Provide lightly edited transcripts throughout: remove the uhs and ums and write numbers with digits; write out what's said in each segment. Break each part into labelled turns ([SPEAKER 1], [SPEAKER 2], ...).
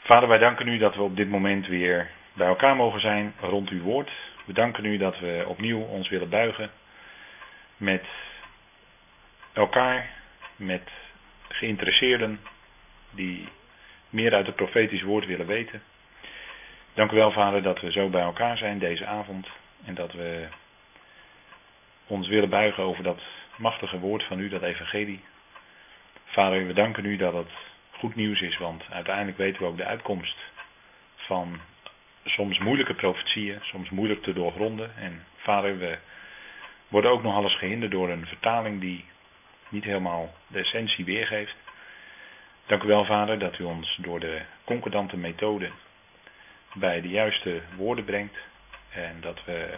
[SPEAKER 1] Vader, wij danken u dat we op dit moment weer bij elkaar mogen zijn rond uw woord. We danken u dat we opnieuw ons willen buigen met elkaar, met geïnteresseerden die meer uit het profetisch woord willen weten. Dank u wel, Vader, dat we zo bij elkaar zijn deze avond en dat we ons willen buigen over dat machtige woord van u, dat evangelie. Vader, we danken u dat het goed nieuws is, want uiteindelijk weten we ook de uitkomst van soms moeilijke profetieën, soms moeilijk te doorgronden. En Vader, we worden ook nog alles gehinderd door een vertaling die niet helemaal de essentie weergeeft. Dank u wel, Vader, dat u ons door de concordante methode bij de juiste woorden brengt en dat we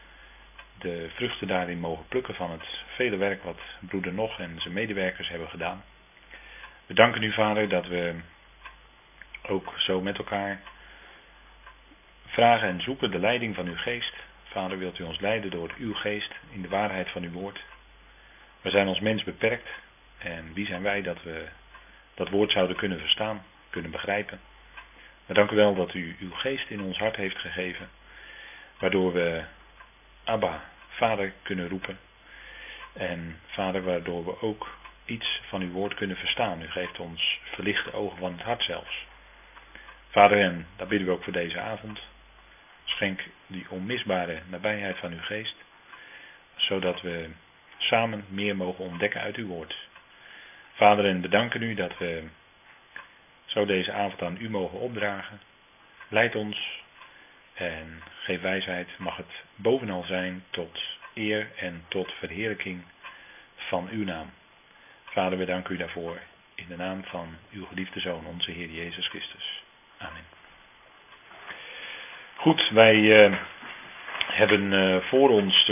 [SPEAKER 1] de vruchten daarin mogen plukken van het vele werk wat broeder Nog en zijn medewerkers hebben gedaan. We danken u, Vader, dat we ook zo met elkaar vragen en zoeken de leiding van uw geest. Vader, wilt u ons leiden door uw geest in de waarheid van uw woord. We zijn als mens beperkt en wie zijn wij dat we dat woord zouden kunnen verstaan, kunnen begrijpen. We danken u wel dat u uw geest in ons hart heeft gegeven, waardoor we Abba, Vader, kunnen roepen. En Vader, waardoor we ook iets van uw woord kunnen verstaan. U geeft ons verlichte ogen van het hart zelfs. Vader, en daar bidden we ook voor deze avond. Schenk die onmisbare nabijheid van uw geest, zodat we samen meer mogen ontdekken uit uw woord. Vader, en bedanken u dat we zo deze avond aan u mogen opdragen. Leid ons en geef wijsheid, mag het bovenal zijn tot eer en tot verheerlijking van uw naam. Vader, we danken u daarvoor in de naam van uw geliefde Zoon, onze Heer Jezus Christus. Amen. Goed, wij hebben voor ons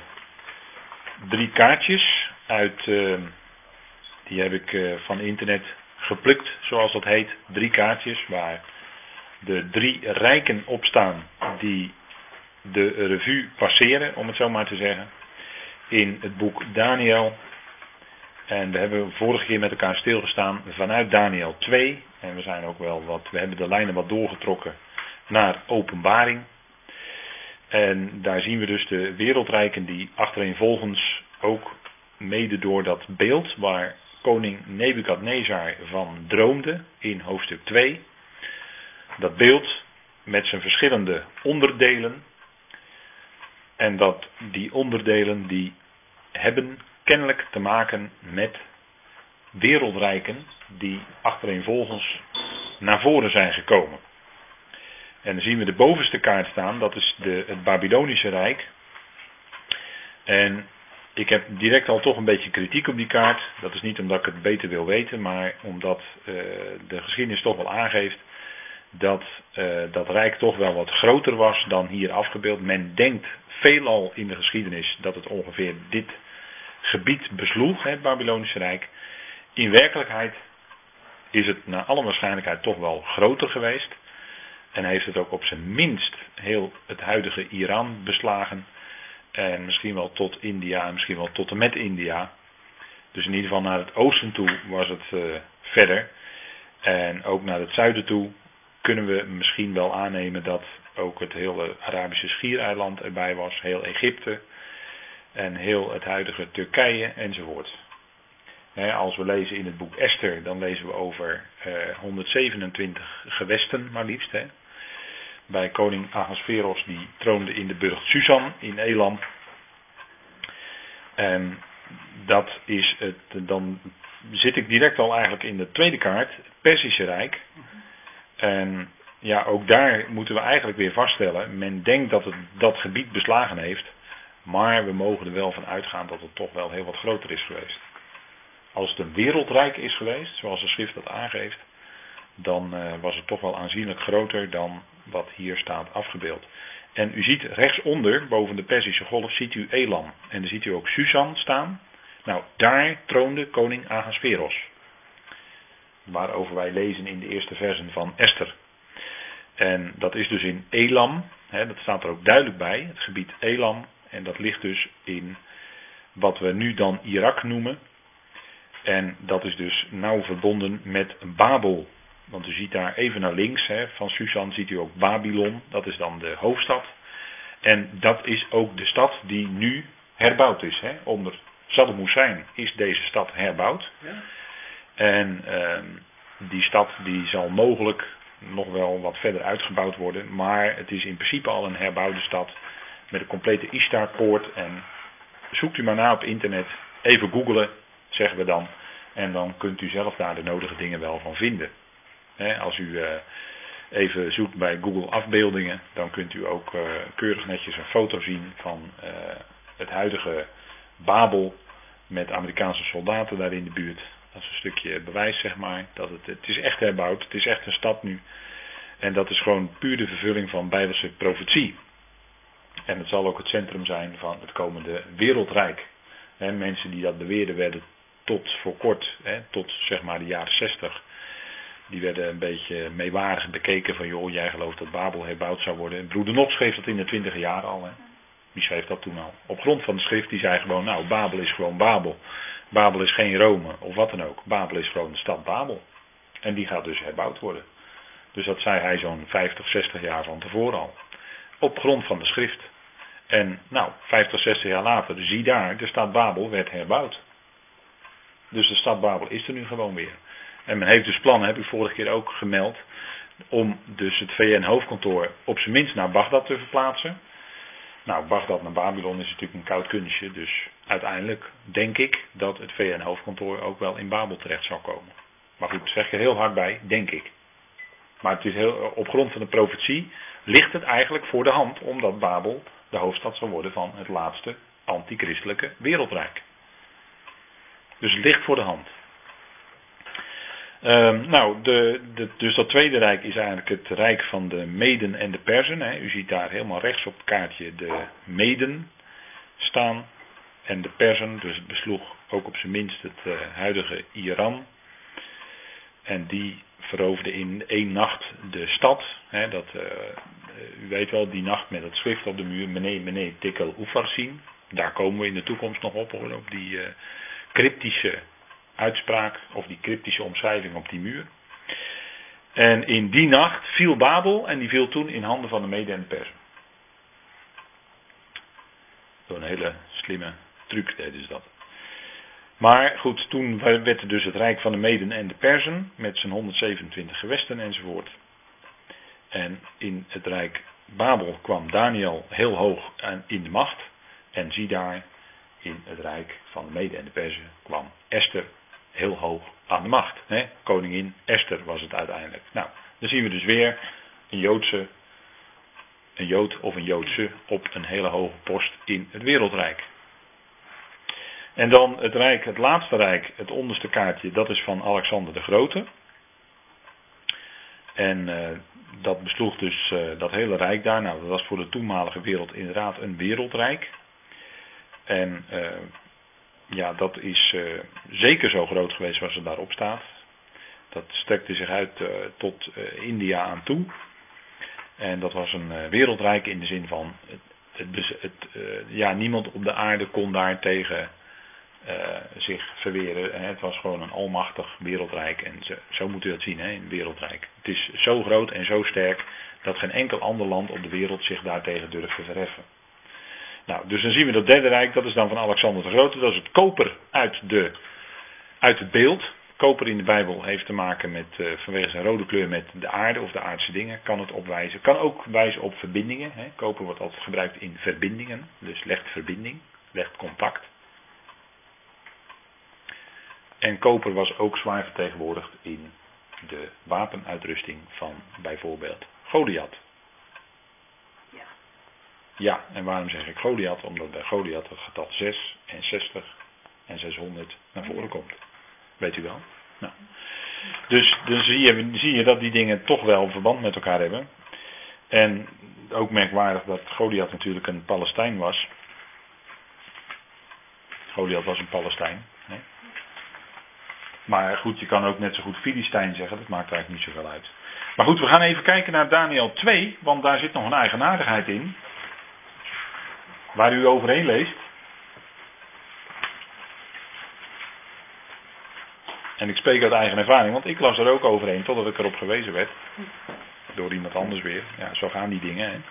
[SPEAKER 1] 3 kaartjes uit, die heb ik van internet geplukt, zoals dat heet. 3 kaartjes waar de 3 rijken op staan die de revue passeren, om het zo maar te zeggen, in het boek Daniel. En we hebben vorige keer met elkaar stilgestaan vanuit Daniel 2. En we zijn ook wel we hebben de lijnen wat doorgetrokken naar Openbaring. En daar zien we dus de wereldrijken die achtereenvolgens ook mede door dat beeld waar koning Nebukadnezar van droomde in hoofdstuk 2. Dat beeld met zijn verschillende onderdelen. En dat die onderdelen die hebben kennelijk te maken met wereldrijken die achtereenvolgens naar voren zijn gekomen. En dan zien we de bovenste kaart staan, dat is het Babylonische Rijk. En ik heb direct al toch een beetje kritiek op die kaart. Dat is niet omdat ik het beter wil weten, maar omdat de geschiedenis toch wel aangeeft dat dat rijk toch wel wat groter was dan hier afgebeeld. Men denkt veelal in de geschiedenis dat het ongeveer dit gebied besloeg, het Babylonische Rijk. In werkelijkheid is het naar alle waarschijnlijkheid toch wel groter geweest. En heeft het ook op zijn minst heel het huidige Iran beslagen. En misschien wel tot India en misschien wel tot en met India. Dus in ieder geval naar het oosten toe was het verder. En ook naar het zuiden toe kunnen we misschien wel aannemen dat ook het hele Arabische schiereiland erbij was. Heel Egypte en heel het huidige Turkije enzovoort. Als we lezen in het boek Esther, dan lezen we over 127 gewesten maar liefst. Bij koning Ahasveros, die troonde in de burcht Susan in Elam. En dat is het, dan zit ik direct al eigenlijk in de tweede kaart, het Perzische Rijk. En ja, ook daar moeten we eigenlijk weer vaststellen, men denkt dat het dat gebied beslagen heeft, maar we mogen er wel van uitgaan dat het toch wel heel wat groter is geweest. Als het een wereldrijk is geweest, zoals de schrift dat aangeeft, dan was het toch wel aanzienlijk groter dan wat hier staat afgebeeld. En u ziet rechtsonder, boven de Perzische golf, ziet u Elam. En dan ziet u ook Susan staan. Nou, daar troonde koning Ahasveros. Waarover wij lezen in de eerste versen van Esther. En dat is dus in Elam, dat staat er ook duidelijk bij, het gebied Elam. En dat ligt dus in wat we nu dan Irak noemen. En dat is dus nauw verbonden met Babel. Want u ziet daar even naar links van Susan ziet u ook Babylon. Dat is dan de hoofdstad. En dat is ook de stad die nu herbouwd is. Onder Saddam Hussein is deze stad herbouwd. Ja. En die stad die zal mogelijk nog wel wat verder uitgebouwd worden. Maar het is in principe al een herbouwde stad. Met een complete Ishtar-poort. En zoekt u maar na op internet. Even googlen, zeggen we dan. En dan kunt u zelf daar de nodige dingen wel van vinden. Als u even zoekt bij Google afbeeldingen. Dan kunt u ook keurig netjes een foto zien van het huidige Babel. Met Amerikaanse soldaten daar in de buurt. Dat is een stukje bewijs, zeg maar. Dat het is echt herbouwd. Het is echt een stad nu. En dat is gewoon puur de vervulling van Bijbelse profetie. En het zal ook het centrum zijn van het komende wereldrijk. Mensen die dat beweerden werden tot voor kort, tot zeg maar de jaren 60. Die werden een beetje meewarig bekeken van joh, jij gelooft dat Babel herbouwd zou worden. Broeder Nog schreef dat in de 20e jaren al. Die schreef dat toen al. Op grond van de schrift, die zei gewoon, nou Babel is gewoon Babel. Babel is geen Rome of wat dan ook. Babel is gewoon de stad Babel. En die gaat dus herbouwd worden. Dus dat zei hij zo'n 50, 60 jaar van tevoren al. Op grond van de schrift. En nou, 50, 60 jaar later, zie daar, de stad Babel werd herbouwd. Dus de stad Babel is er nu gewoon weer. En men heeft dus plannen, heb ik vorige keer ook gemeld, om dus het VN-hoofdkantoor op zijn minst naar Bagdad te verplaatsen. Nou, Bagdad naar Babylon is natuurlijk een koud kunstje, dus uiteindelijk denk ik dat het VN-hoofdkantoor ook wel in Babel terecht zal komen. Maar goed, zeg ik er heel hard bij, denk ik. Maar het is op grond van de profetie ligt het eigenlijk voor de hand, omdat Babel de hoofdstad zal worden van het laatste antichristelijke wereldrijk. Dus het ligt voor de hand. Dus dat tweede rijk is eigenlijk het rijk van de Meden en de Perzen. U ziet daar helemaal rechts op het kaartje de Meden staan. En de Perzen, dus het besloeg ook op zijn minst het huidige Iran. En die veroverde in 1 nacht de stad. U weet wel, die nacht met het schrift op de muur, Mene Tekel Ufarsin. Daar komen we in de toekomst nog op, hoor, op die cryptische uitspraak, of die cryptische omschrijving op die muur. En in die nacht viel Babel en die viel toen in handen van de Meden en de Perzen. Door een hele slimme truc deden ze dat. Maar goed, toen werd er dus het rijk van de Meden en de Perzen met zijn 127 gewesten enzovoort. En in het rijk Babel kwam Daniel heel hoog in de macht. En zie daar, in het rijk van de Meden en de Perzen kwam Esther heel hoog aan de macht. Koningin Esther was het uiteindelijk. Nou, dan zien we dus weer een Jood of een Joodse op een hele hoge post in het wereldrijk. En dan het laatste rijk, het onderste kaartje, dat is van Alexander de Grote. En dat besloeg dus dat hele rijk daar. Nou, dat was voor de toenmalige wereld inderdaad een wereldrijk. En dat is zeker zo groot geweest zoals het daarop staat. Dat strekte zich uit tot India aan toe. En dat was een wereldrijk in de zin van, niemand op de aarde kon daar tegen zich verweren. Het was gewoon een almachtig wereldrijk. En zo moet u dat zien, een wereldrijk. Het is zo groot en zo sterk dat geen enkel ander land op de wereld zich daartegen durft te verheffen. Nou, dus dan zien we dat derde rijk, dat is dan van Alexander de Grote. Dat is het koper uit het beeld. Koper in de Bijbel heeft te maken met, vanwege zijn rode kleur met de aarde of de aardse dingen. Kan het opwijzen. Kan ook wijzen op verbindingen. Koper wordt altijd gebruikt in verbindingen. Dus legt verbinding, legt contact. En koper was ook zwaar vertegenwoordigd in de wapenuitrusting van bijvoorbeeld Goliath. Ja, en waarom zeg ik Goliath? Omdat bij Goliath het getal 6 en 60 en 600 naar voren komt. Weet u wel? Nou. Dus zie je dat die dingen toch wel verband met elkaar hebben. En ook merkwaardig dat Goliath natuurlijk een Palestijn was. Goliath was een Palestijn. Hè? Maar goed, je kan ook net zo goed Filistijn zeggen. Dat maakt eigenlijk niet zoveel uit. Maar goed, we gaan even kijken naar Daniel 2. Want daar zit nog een eigenaardigheid in. Waar u overheen leest. En ik spreek uit eigen ervaring, want ik las er ook overheen totdat ik erop gewezen werd. Door iemand anders weer. Ja, zo gaan die dingen. Hè.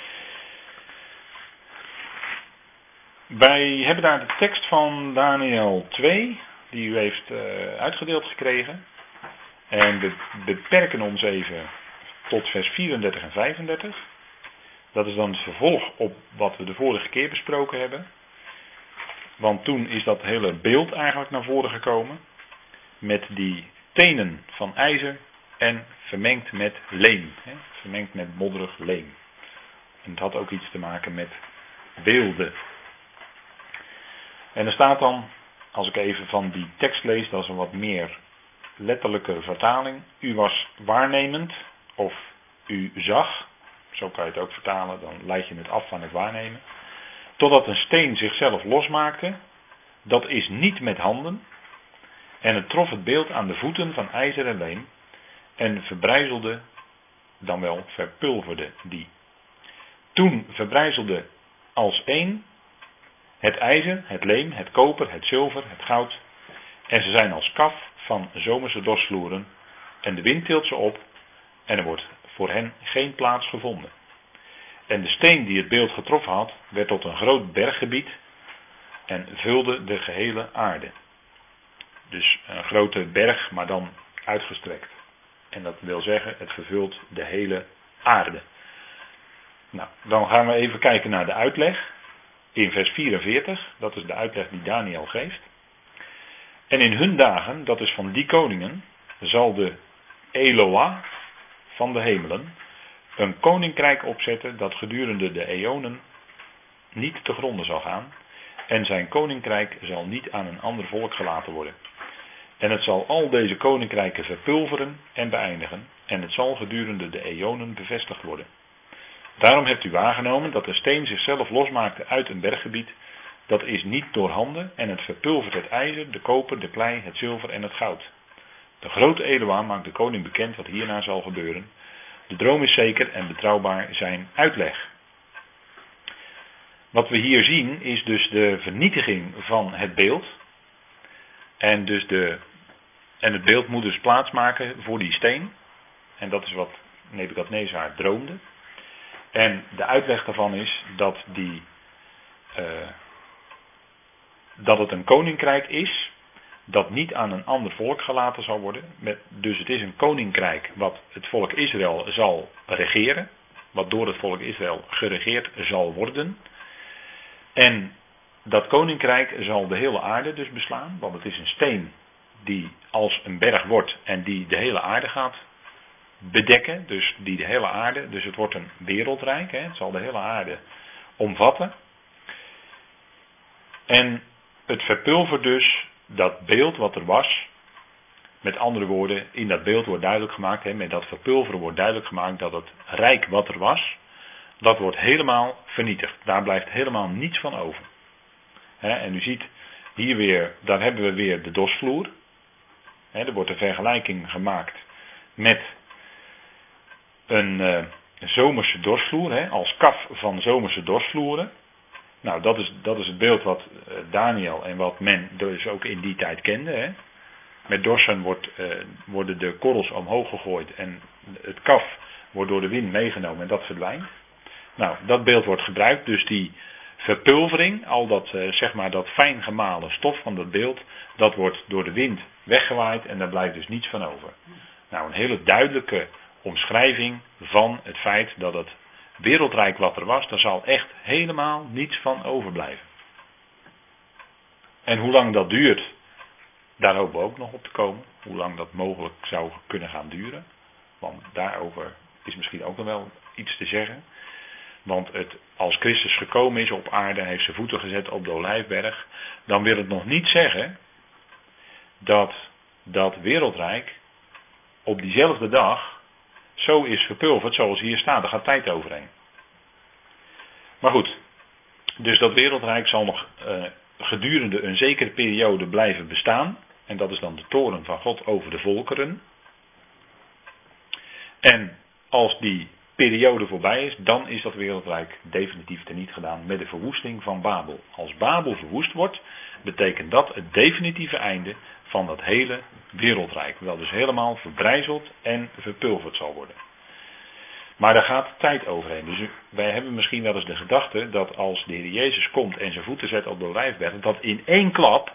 [SPEAKER 1] Wij hebben daar de tekst van Daniel 2, die u heeft uitgedeeld gekregen. En we beperken ons even tot vers 34 en 35. Dat is dan het vervolg op wat we de vorige keer besproken hebben. Want toen is dat hele beeld eigenlijk naar voren gekomen. Met die tenen van ijzer en vermengd met leem. Hè, vermengd met modderig leem. En het had ook iets te maken met beelden. En er staat dan, als ik even van die tekst lees, dat is een wat meer letterlijke vertaling. U was waarnemend, of u zag, zo kan je het ook vertalen, dan leid je het af van het waarnemen. Totdat een steen zichzelf losmaakte, dat is niet met handen. En het trof het beeld aan de voeten van ijzer en leem. En verbrijzelde, dan wel verpulverde die. Toen verbrijzelde als één het ijzer, het leem, het koper, het zilver, het goud. En ze zijn als kaf van zomerse dorsvloeren. En de wind tilt ze op. En er wordt voor hen geen plaats gevonden. En de steen die het beeld getroffen had, werd tot een groot berggebied. En vulde de gehele aarde. Dus een grote berg, maar dan uitgestrekt. En dat wil zeggen, het vervult de hele aarde. Nou, dan gaan we even kijken naar de uitleg. In vers 44, dat is de uitleg die Daniel geeft. En in hun dagen, dat is van die koningen, zal de Eloah van de hemelen een koninkrijk opzetten dat gedurende de eonen niet te gronde zal gaan. En zijn koninkrijk zal niet aan een ander volk gelaten worden. En het zal al deze koninkrijken verpulveren en beëindigen. En het zal gedurende de eonen bevestigd worden. Daarom hebt u waargenomen dat de steen zichzelf losmaakte uit een berggebied. Dat is niet door handen en het verpulvert het ijzer, de koper, de klei, het zilver en het goud. De grote Eloah maakt de koning bekend wat hierna zal gebeuren. De droom is zeker en betrouwbaar zijn uitleg. Wat we hier zien is dus de vernietiging van het beeld. En het beeld moet dus plaatsmaken voor die steen. En dat is wat Nebukadnezar droomde. En de uitleg daarvan is dat het een koninkrijk is dat niet aan een ander volk gelaten zal worden. Dus het is een koninkrijk wat het volk Israël zal regeren. Wat door het volk Israël geregeerd zal worden. En dat koninkrijk zal de hele aarde dus beslaan. Want het is een steen die als een berg wordt en die de hele aarde gaat bedekken. Dus die de hele aarde, dus het wordt een wereldrijk. Het zal de hele aarde omvatten. En het verpulvert dus dat beeld wat er was. Met andere woorden, in dat beeld wordt duidelijk gemaakt, met dat verpulveren wordt duidelijk gemaakt dat het rijk wat er was, dat wordt helemaal vernietigd. Daar blijft helemaal niets van over. En u ziet hier weer, daar hebben we weer de dorsvloer. Er wordt een vergelijking gemaakt met een zomerse dorsvloer, als kaf van zomerse dorsvloeren. Nou, dat is het beeld wat Daniel en wat men dus ook in die tijd kende. Met dorsen worden de korrels omhoog gegooid en het kaf wordt door de wind meegenomen en dat verdwijnt. Nou, dat beeld wordt gebruikt, dus die verpulvering, al dat, dat fijn gemalen stof van dat beeld, dat wordt door de wind weggewaaid en daar blijft dus niets van over. Nou, een hele duidelijke omschrijving van het feit dat het wereldrijk wat er was, daar zal echt helemaal niets van overblijven. En hoe lang dat duurt, daar hopen we ook nog op te komen. Hoe lang dat mogelijk zou kunnen gaan duren. Want daarover is misschien ook nog wel iets te zeggen. Want als Christus gekomen is op aarde en heeft zijn voeten gezet op de Olijfberg, dan wil het nog niet zeggen dat dat wereldrijk op diezelfde dag zo is verpulverd zoals hier staat. Daar gaat tijd overheen. Maar goed, dus dat wereldrijk zal nog gedurende een zekere periode blijven bestaan. En dat is dan de toorn van God over de volkeren. En als die periode voorbij is, dan is dat wereldrijk definitief teniet gedaan met de verwoesting van Babel. Als Babel verwoest wordt, betekent dat het definitieve einde van dat hele wereldrijk. Dat dus helemaal verbrijzeld en verpulverd zal worden. Maar daar gaat tijd overheen. Dus wij hebben misschien wel eens de gedachte dat als de Heer Jezus komt en zijn voeten zet op de olijfberg, dat in één klap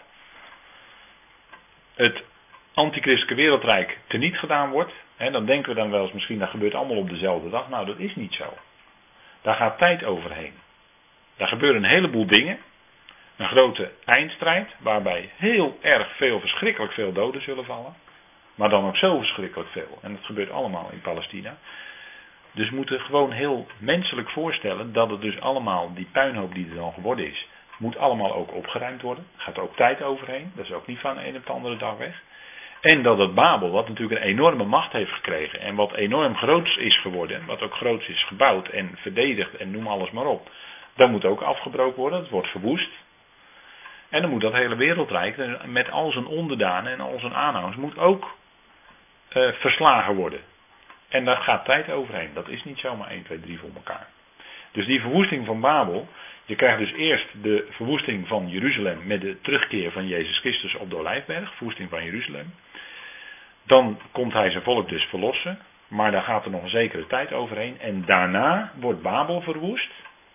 [SPEAKER 1] het antichristelijke wereldrijk teniet gedaan wordt. En dan denken we dan wel eens misschien dat gebeurt allemaal op dezelfde dag. Nou, dat is niet zo. Daar gaat tijd overheen. Daar gebeuren een heleboel dingen. Een grote eindstrijd waarbij heel erg veel, verschrikkelijk veel doden zullen vallen. Maar dan ook zo verschrikkelijk veel. En dat gebeurt allemaal in Palestina. Dus we moeten gewoon heel menselijk voorstellen dat het dus allemaal, die puinhoop die er dan geworden is, moet allemaal ook opgeruimd worden. Er gaat ook tijd overheen. Dat is ook niet van de een op de andere dag weg. En dat het Babel, wat natuurlijk een enorme macht heeft gekregen en wat enorm groots is geworden, wat ook groots is gebouwd en verdedigd en noem alles maar op, dat moet ook afgebroken worden, het wordt verwoest. En dan moet dat hele wereldrijk met al zijn onderdanen en al zijn aanhangers moet ook verslagen worden. En daar gaat tijd overheen. Dat is niet zomaar 1, 2, 3 voor elkaar. Dus die verwoesting van Babel, je krijgt dus eerst de verwoesting van Jeruzalem met de terugkeer van Jezus Christus op de Olijfberg, verwoesting van Jeruzalem. Dan komt hij zijn volk dus verlossen, maar daar gaat er nog een zekere tijd overheen. En daarna wordt Babel verwoest.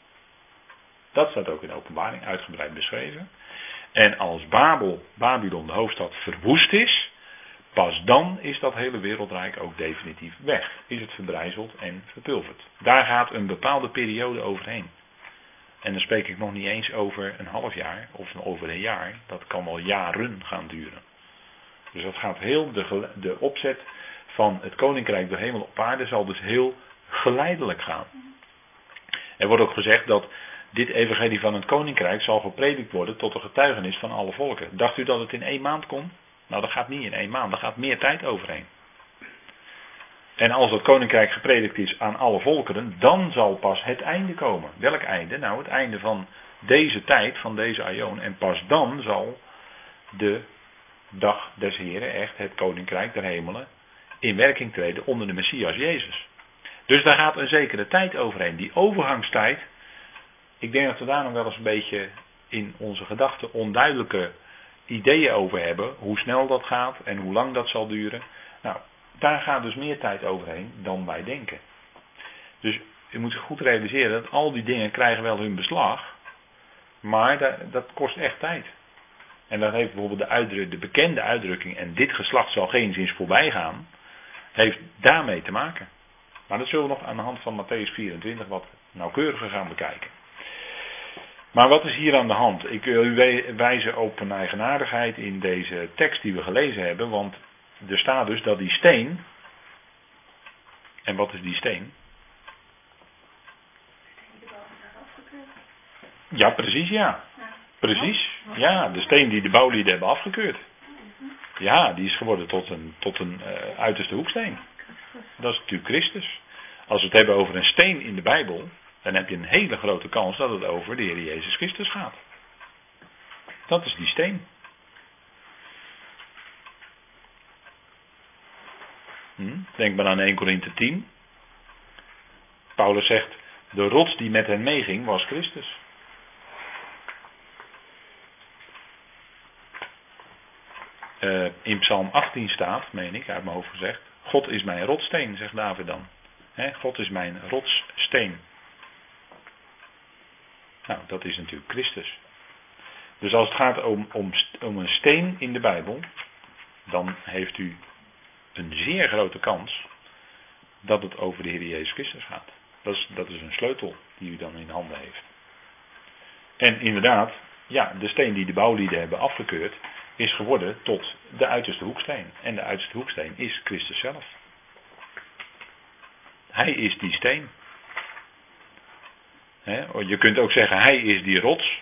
[SPEAKER 1] Dat staat ook in Openbaring uitgebreid beschreven. En als Babylon, de hoofdstad, verwoest is, pas dan is dat hele wereldrijk ook definitief weg. Is het verbrijzeld en verpulverd. Daar gaat een bepaalde periode overheen. En dan spreek ik nog niet eens over een half jaar of over een jaar. Dat kan wel jaren gaan duren. Dus dat gaat heel, de opzet van het koninkrijk door hemel op aarde zal dus heel geleidelijk gaan. Er wordt ook gezegd dat dit evangelie van het koninkrijk zal gepredikt worden tot een getuigenis van alle volken. Dacht u dat het in 1 maand kon? Nou, dat gaat niet in 1 maand, daar gaat meer tijd overheen. En als dat koninkrijk gepredikt is aan alle volkeren, dan zal pas het einde komen. Welk einde? Nou, het einde van deze tijd, van deze aion. En pas dan zal de dag des Heren, echt het koninkrijk der hemelen, in werking treden onder de Messias Jezus. Dus daar gaat een zekere tijd overheen. Die overgangstijd, ik denk dat we daar nog wel eens een beetje in onze gedachten onduidelijke ideeën over hebben. Hoe snel dat gaat en hoe lang dat zal duren. Nou, daar gaat dus meer tijd overheen dan wij denken. Dus je moet zich goed realiseren dat al die dingen krijgen wel hun beslag. Maar dat kost echt tijd. En dat heeft bijvoorbeeld de bekende uitdrukking, en dit geslacht zal geenszins voorbij gaan, heeft daarmee te maken. Maar dat zullen we nog aan de hand van Mattheüs 24 wat nauwkeuriger gaan bekijken. Maar wat is hier aan de hand? Ik wil u wijzen op een eigenaardigheid in deze tekst die we gelezen hebben, want er staat dus dat die steen, en wat is die steen? Ja, precies, ja. Precies, ja, de steen die de bouwlieden hebben afgekeurd. Ja, die is geworden tot een uiterste hoeksteen. Dat is natuurlijk Christus. Als we het hebben over een steen in de Bijbel, dan heb je een hele grote kans dat het over de Heer Jezus Christus gaat. Dat is die steen. Denk maar aan 1 Korinthe 10. Paulus zegt, de rots die met hen meeging was Christus. In Psalm 18 staat, meen ik, uit mijn hoofd gezegd, God is mijn rotssteen, zegt David dan. God is mijn rotssteen. Nou, dat is natuurlijk Christus. Dus als het gaat om een steen in de Bijbel, dan heeft u een zeer grote kans dat het over de Heer Jezus Christus gaat. Dat is een sleutel die u dan in handen heeft. En inderdaad, ja, de steen die de bouwlieden hebben afgekeurd, is geworden tot de uiterste hoeksteen. En de uiterste hoeksteen is Christus zelf. Hij is die steen. Je kunt ook zeggen, hij is die rots.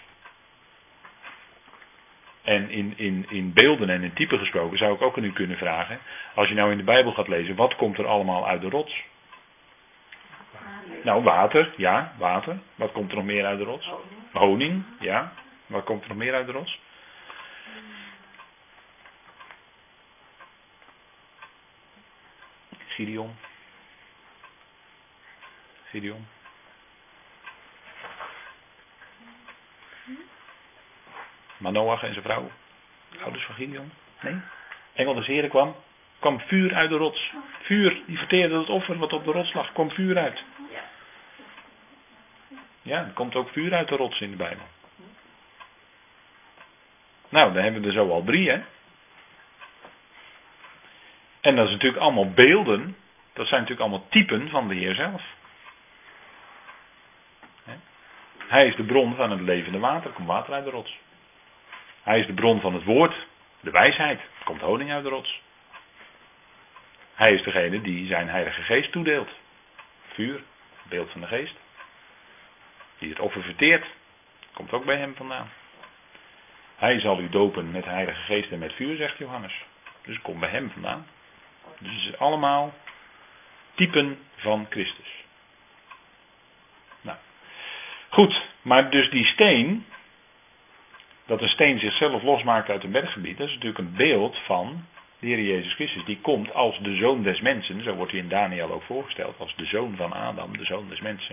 [SPEAKER 1] En in beelden en in typen gesproken zou ik ook aan u kunnen vragen, als je nou in de Bijbel gaat lezen, wat komt er allemaal uit de rots? Nou, water, ja, water. Wat komt er nog meer uit de rots? Honing, ja. Wat komt er nog meer uit de rots? Gideon. Manoach en zijn vrouw. Ouders van Gideon. Nee. Engel des Heren kwam vuur uit de rots. Vuur, die verteerde het offer wat op de rots lag, kwam vuur uit. Ja, er komt ook vuur uit de rots in de Bijbel. Nou, dan hebben we er zo al 3, hè. En dat is natuurlijk allemaal beelden. Dat zijn natuurlijk allemaal typen van de Heer zelf. Hij is de bron van het levende water. Er komt water uit de rots. Hij is de bron van het woord. De wijsheid. Er komt honing uit de rots. Hij is degene die zijn heilige geest toedeelt. Vuur. Beeld van de geest. Die het offer verteert. Komt ook bij hem vandaan. Hij zal u dopen met de heilige geest en met vuur, zegt Johannes. Dus het komt bij hem vandaan. Dus het is allemaal typen van Christus. Nou, goed, maar dus die steen, dat een steen zichzelf losmaakt uit een berggebied, dat is natuurlijk een beeld van de Heer Jezus Christus. Die komt als de zoon des mensen, zo wordt hij in Daniel ook voorgesteld, als de zoon van Adam, de zoon des mensen.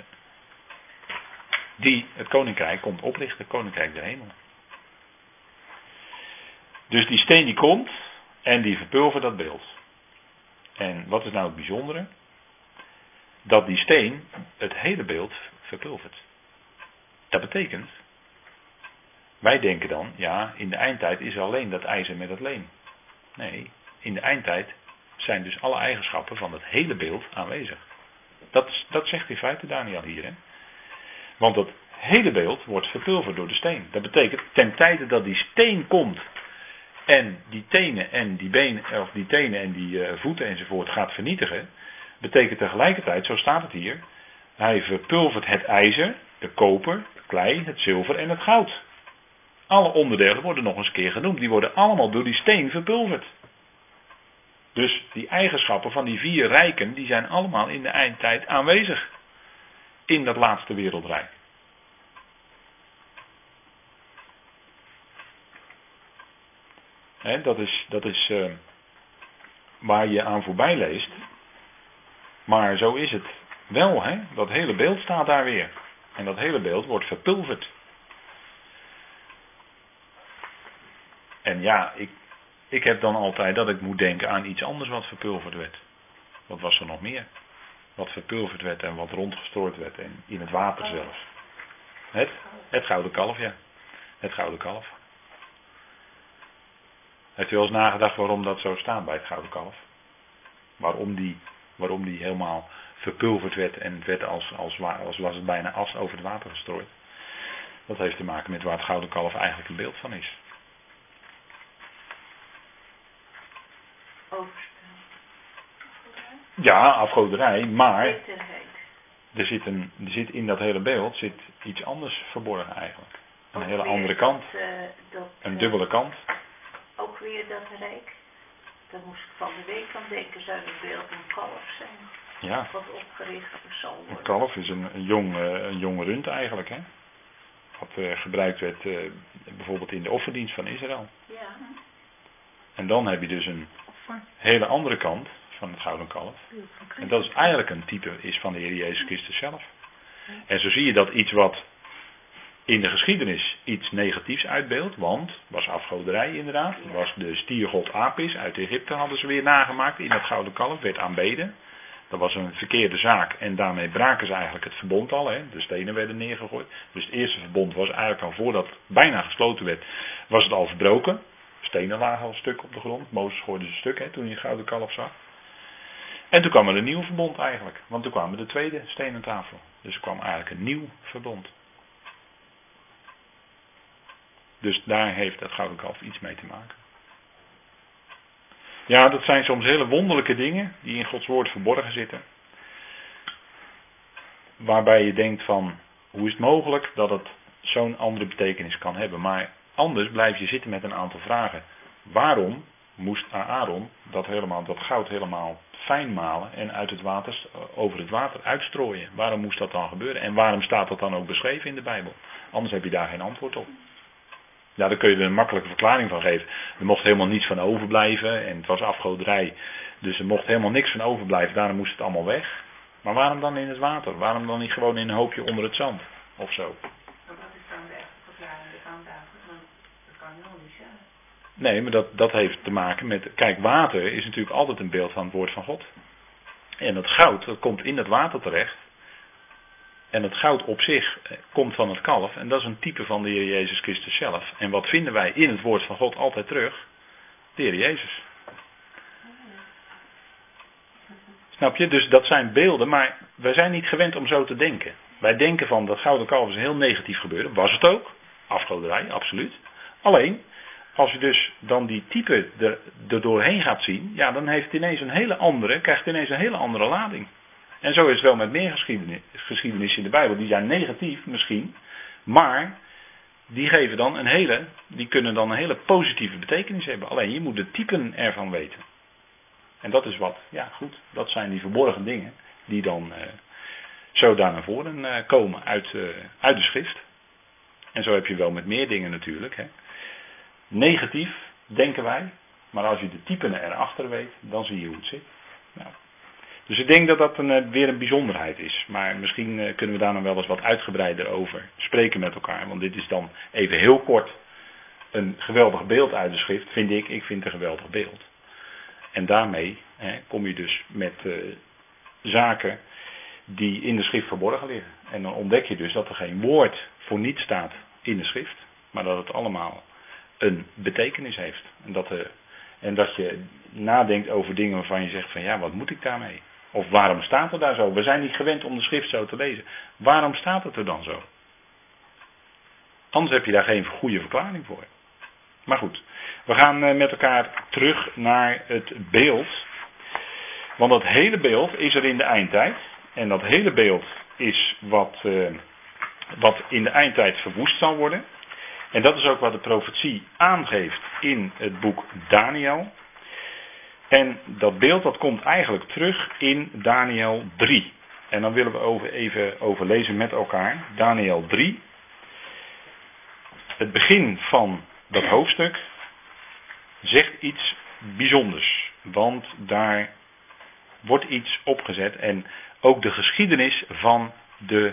[SPEAKER 1] Die het koninkrijk komt oprichten, het koninkrijk der hemel. Dus die steen die komt en die verpulvert dat beeld. En wat is nou het bijzondere? Dat die steen het hele beeld verpulvert. Dat betekent, wij denken dan, ja, in de eindtijd is er alleen dat ijzer met het leem. Nee, in de eindtijd zijn dus alle eigenschappen van het hele beeld aanwezig. Dat zegt in feite Daniel hier. Hè? Want het hele beeld wordt verpulverd door de steen. Dat betekent, ten tijde dat die steen komt en die tenen en die benen, of die tenen en die voeten enzovoort gaat vernietigen, betekent tegelijkertijd, zo staat het hier, hij verpulvert het ijzer, de koper, de klei, het zilver en het goud. Alle onderdelen worden nog eens een keer genoemd. Die worden allemaal door die steen verpulverd. Dus die eigenschappen van die 4 rijken, die zijn allemaal in de eindtijd aanwezig. In dat laatste wereldrijk. Dat is waar je aan voorbij leest. Maar zo is het wel. Hè? Dat hele beeld staat daar weer. En dat hele beeld wordt verpulverd. En ja, ik heb dan altijd dat ik moet denken aan iets anders wat verpulverd werd. Wat was er nog meer? Wat verpulverd werd en wat rondgestrooid werd. En in het water zelfs. Het gouden kalf, ja. Het gouden kalf. Heeft u wel eens nagedacht waarom dat zo staat bij het gouden kalf? Waarom die helemaal verpulverd werd en het werd als was het bijna as over het water gestrooid. Dat heeft te maken met waar het gouden kalf eigenlijk een beeld van is. Ja, afgoderij, maar er zit in dat hele beeld zit iets anders verborgen eigenlijk. Een hele andere kant. Een dubbele kant.
[SPEAKER 2] Ook weer dat rijk. Daar moest ik van de week aan denken, zou het beeld een kalf zijn.
[SPEAKER 1] Ja.
[SPEAKER 2] Wat opgericht zal worden.
[SPEAKER 1] Een kalf is een jong rund eigenlijk, hè. Wat gebruikt werd bijvoorbeeld in de offerdienst van Israël.
[SPEAKER 2] Ja.
[SPEAKER 1] En dan heb je dus een hele andere kant van het gouden kalf. En dat is eigenlijk een type is van de Heer Jezus Christus zelf. En zo zie je dat iets wat in de geschiedenis iets negatiefs uitbeeldt, want was afgoderij inderdaad, was de stiergod Apis uit Egypte hadden ze weer nagemaakt in dat gouden kalf, werd aanbeden. Dat was een verkeerde zaak en daarmee braken ze eigenlijk het verbond al, hè. De stenen werden neergegooid. Dus het eerste verbond was eigenlijk al voordat het bijna gesloten werd, was het al verbroken. Stenen lagen al een stuk op de grond, Mozes gooide ze een stuk toen hij het gouden kalf zag. En toen kwam er een nieuw verbond eigenlijk, want toen kwam de tweede stenen tafel. Dus er kwam eigenlijk een nieuw verbond. Dus daar heeft het gouden kalf iets mee te maken. Ja, dat zijn soms hele wonderlijke dingen die in Gods woord verborgen zitten. Waarbij je denkt van, hoe is het mogelijk dat het zo'n andere betekenis kan hebben. Maar anders blijf je zitten met een aantal vragen. Waarom moest Aaron dat goud helemaal fijn malen en over het water uitstrooien? Waarom moest dat dan gebeuren? En waarom staat dat dan ook beschreven in de Bijbel? Anders heb je daar geen antwoord op. Ja, daar kun je er een makkelijke verklaring van geven. Er mocht helemaal niets van overblijven en het was afgoderij. Dus er mocht helemaal niks van overblijven, daarom moest het allemaal weg. Maar waarom dan in het water? Waarom dan niet gewoon in een hoopje onder het zand? Of zo?
[SPEAKER 2] Maar wat is dan de echte verklaring ervan, David? Want dat kan je nog niet zeggen.
[SPEAKER 1] Nee, maar dat heeft te maken met... Kijk, water is natuurlijk altijd een beeld van het woord van God. En het goud, dat komt in het water terecht. En het goud op zich komt van het kalf. En dat is een type van de Heer Jezus Christus zelf. En wat vinden wij in het woord van God altijd terug? De Heer Jezus. Snap je? Dus dat zijn beelden, maar wij zijn niet gewend om zo te denken. Wij denken van dat gouden kalf is een heel negatief gebeuren. Was het ook. Afgoderij, absoluut. Alleen, als je dus dan die type er doorheen gaat zien, ja, dan heeft het ineens krijgt het ineens een hele andere lading. En zo is het wel met meer geschiedenissen in de Bijbel. Die zijn negatief misschien, maar die kunnen dan een hele positieve betekenis hebben. Alleen je moet de typen ervan weten. En dat is dat zijn die verborgen dingen die dan zo daar naar voren komen uit de schrift. En zo heb je wel met meer dingen natuurlijk. Hè. Negatief, denken wij, maar als je de typen erachter weet, dan zie je hoe het zit. Nou. Dus ik denk dat dat weer een bijzonderheid is. Maar misschien kunnen we daar nog wel eens wat uitgebreider over spreken met elkaar. Want dit is dan even heel kort een geweldig beeld uit de schrift, vind ik. Ik vind het een geweldig beeld. En daarmee kom je dus met zaken die in de schrift verborgen liggen. En dan ontdek je dus dat er geen woord voor niets staat in de schrift. Maar dat het allemaal een betekenis heeft. En dat je nadenkt over dingen waarvan je zegt van ja, wat moet ik daarmee? Of waarom staat het daar zo? We zijn niet gewend om de schrift zo te lezen. Waarom staat het er dan zo? Anders heb je daar geen goede verklaring voor. Maar goed, we gaan met elkaar terug naar het beeld. Want dat hele beeld is er in de eindtijd. En dat hele beeld is wat in de eindtijd verwoest zal worden. En dat is ook wat de profetie aangeeft in het boek Daniel. En dat beeld dat komt eigenlijk terug in Daniel 3. En dan willen we even overlezen met elkaar. Daniel 3. Het begin van dat hoofdstuk zegt iets bijzonders. Want daar wordt iets opgezet. En ook de geschiedenis van de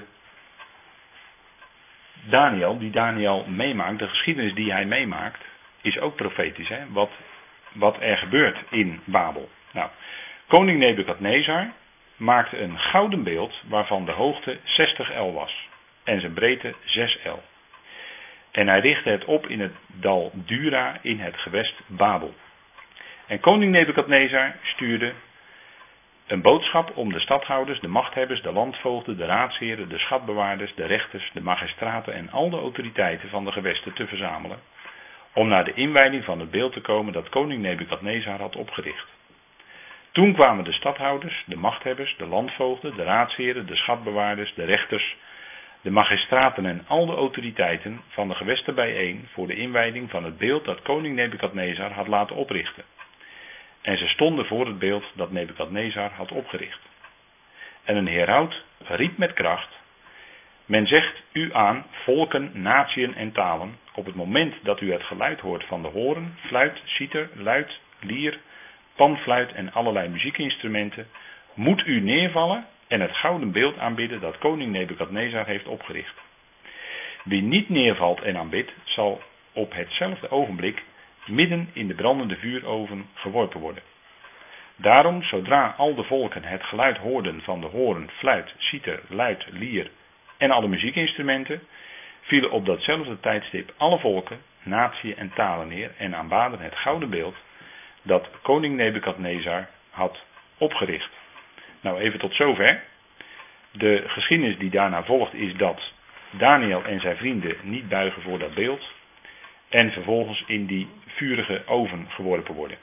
[SPEAKER 1] Daniel, die Daniel meemaakt, de geschiedenis die hij meemaakt, is ook profetisch. Hè? Wat er gebeurt in Babel. Nou, koning Nebukadnezar maakte een gouden beeld waarvan de hoogte 60 el was. En zijn breedte 6 el. En hij richtte het op in het dal Dura in het gewest Babel. En koning Nebukadnezar stuurde een boodschap om de stadhouders, de machthebbers, de landvoogden, de raadsheren, de schatbewaarders, de rechters, de magistraten en al de autoriteiten van de gewesten te verzamelen, om naar de inwijding van het beeld te komen dat koning Nebukadnezar had opgericht. Toen kwamen de stadhouders, de machthebbers, de landvoogden, de raadsheren, de schatbewaarders, de rechters, de magistraten en al de autoriteiten van de gewesten bijeen voor de inwijding van het beeld dat koning Nebukadnezar had laten oprichten. En ze stonden voor het beeld dat Nebukadnezar had opgericht. En een heraut riep met kracht: men zegt u aan, volken, natieën en talen, op het moment dat u het geluid hoort van de horen, fluit, citer, luid, lier, panfluit en allerlei muziekinstrumenten, moet u neervallen en het gouden beeld aanbidden dat koning Nebukadnezar heeft opgericht. Wie niet neervalt en aanbidt, zal op hetzelfde ogenblik midden in de brandende vuuroven geworpen worden. Daarom, zodra al de volken het geluid hoorden van de horen, fluit, citer, luid, lier en alle muziekinstrumenten, vielen op datzelfde tijdstip alle volken, natieën en talen neer en aanbaden het gouden beeld dat koning Nebukadnezar had opgericht. Nou, even tot zover. De geschiedenis die daarna volgt is dat Daniel en zijn vrienden niet buigen voor dat beeld en vervolgens in die vurige oven geworpen worden.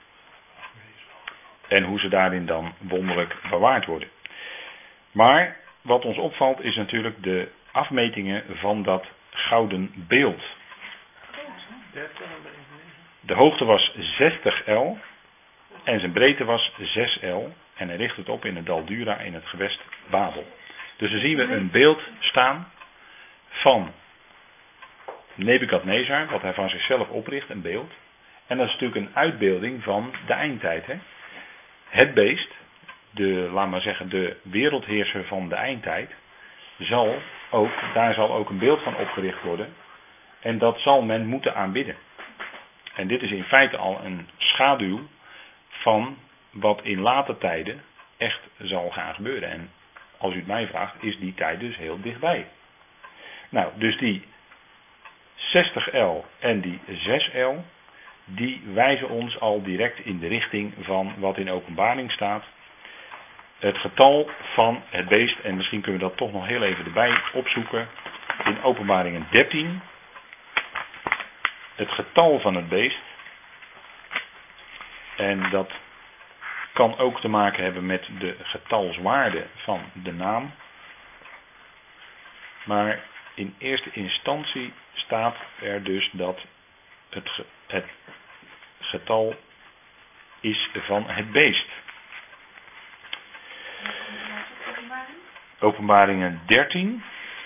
[SPEAKER 1] En hoe ze daarin dan wonderlijk bewaard worden. Maar wat ons opvalt is natuurlijk de afmetingen van dat gouden beeld. De hoogte was 60 el en zijn breedte was 6 el. En hij richt het op in het dal Dura in het gewest Babel. Dus dan zien we een beeld staan van Nebukadnezar, wat hij van zichzelf opricht, een beeld. En dat is natuurlijk een uitbeelding van de eindtijd. Hè? Het beest, laat maar zeggen, de wereldheerser van de eindtijd, daar zal ook een beeld van opgericht worden. En dat zal men moeten aanbidden. En dit is in feite al een schaduw van wat in late tijden echt zal gaan gebeuren. En als u het mij vraagt, is die tijd dus heel dichtbij. Nou, dus die 60L en die 6L, die wijzen ons al direct in de richting van wat in Openbaring staat. Het getal van het beest, en misschien kunnen we dat toch nog heel even erbij opzoeken. In Openbaringen 13, het getal van het beest. En dat kan ook te maken hebben met de getalswaarde van de naam. Maar in eerste instantie staat er dus dat het getal is van het beest. Openbaringen 13.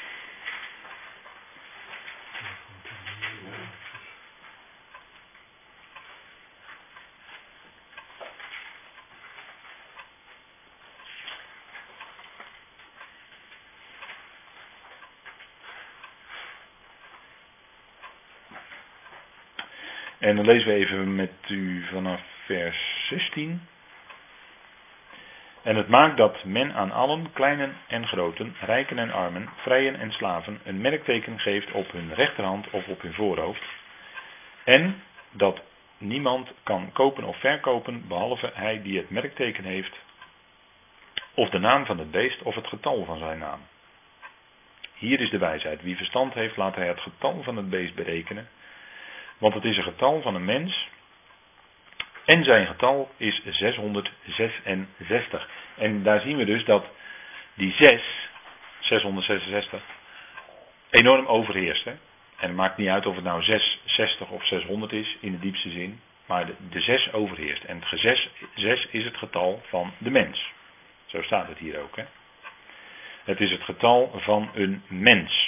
[SPEAKER 1] En dan lezen we even met u vanaf vers 16. En het maakt dat men aan allen, kleinen en groten, rijken en armen, vrijen en slaven, een merkteken geeft op hun rechterhand of op hun voorhoofd. En dat niemand kan kopen of verkopen, behalve hij die het merkteken heeft, of de naam van het beest, of het getal van zijn naam. Hier is de wijsheid. Wie verstand heeft, laat hij het getal van het beest berekenen. Want het is een getal van een mens. En zijn getal is 666. En daar zien we dus dat die 666, enorm overheerst. Hè? En het maakt niet uit of het nou 660 of 600 is, in de diepste zin. Maar de 6 overheerst. En het 6 is het getal van de mens. Zo staat het hier ook. Hè? Het is het getal van een mens.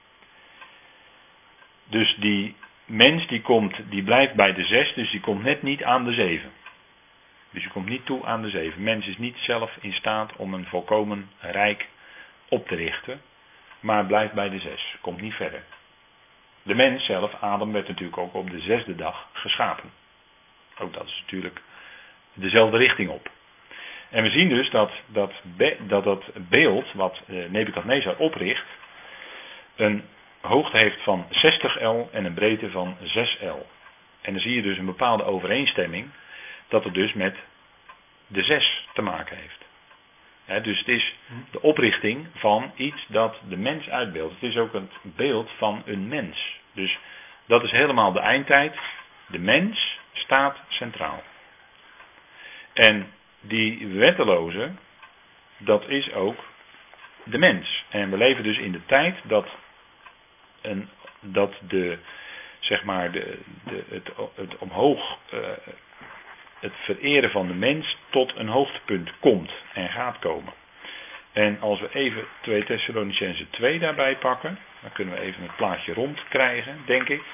[SPEAKER 1] Dus die mens die blijft bij de 6, dus die komt net niet aan de 7. Dus je komt niet toe aan de 7. Mens is niet zelf in staat om een volkomen rijk op te richten, maar blijft bij de 6. Komt niet verder. De mens zelf, Adam, werd natuurlijk ook op de 6e dag geschapen. Ook dat is natuurlijk dezelfde richting op. En we zien dus dat beeld wat Nebukadnezar opricht, een hoogte heeft van 60L en een breedte van 6L. En dan zie je dus een bepaalde overeenstemming dat het dus met de 6 te maken heeft. Dus het is de oprichting van iets dat de mens uitbeeldt. Het is ook het beeld van een mens. Dus dat is helemaal de eindtijd. De mens staat centraal. En die wetteloze, dat is ook de mens. En we leven dus in de tijd dat het omhoog, het vereren van de mens tot een hoogtepunt komt en gaat komen. En als we even 2 Thessalonicenzen 2 daarbij pakken, dan kunnen we even het plaatje rond krijgen, denk ik.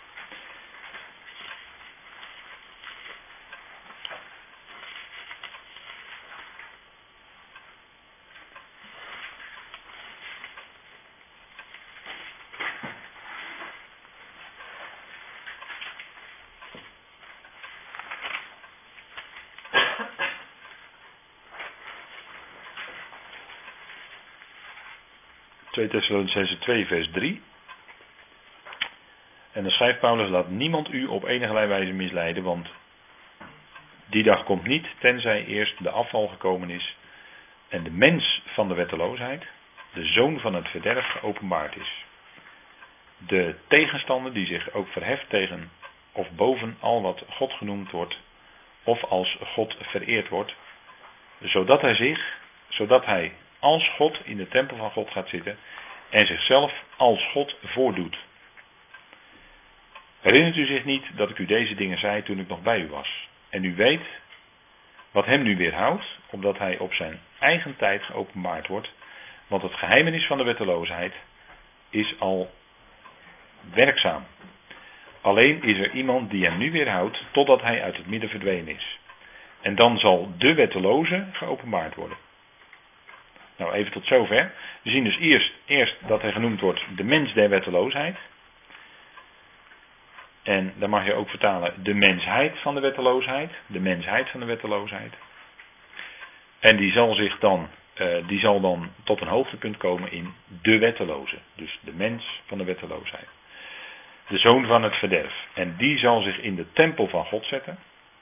[SPEAKER 1] Thessalonicenzen 2 vers 3. En dan schrijft Paulus: laat niemand u op enige wijze misleiden, want die dag komt niet, tenzij eerst de afval gekomen is en de mens van de wetteloosheid, de zoon van het verderf, geopenbaard is. De tegenstander die zich ook verheft tegen of boven al wat God genoemd wordt, of als God vereerd wordt, zodat hij als God in de tempel van God gaat zitten en zichzelf als God voordoet. Herinnert u zich niet dat ik u deze dingen zei toen ik nog bij u was? En u weet wat hem nu weerhoudt, opdat hij op zijn eigen tijd geopenbaard wordt. Want het geheimenis van de wetteloosheid is al werkzaam. Alleen is er iemand die hem nu weerhoudt, totdat hij uit het midden verdwenen is. En dan zal de wetteloze geopenbaard worden. Nou, even tot zover. We zien dus eerst dat hij genoemd wordt de mens der wetteloosheid. En dan mag je ook vertalen de mensheid van de wetteloosheid. De mensheid van de wetteloosheid. En die zal dan tot een hoogtepunt komen in de wetteloze. Dus de mens van de wetteloosheid. De zoon van het verderf. En die zal zich in de tempel van God zetten.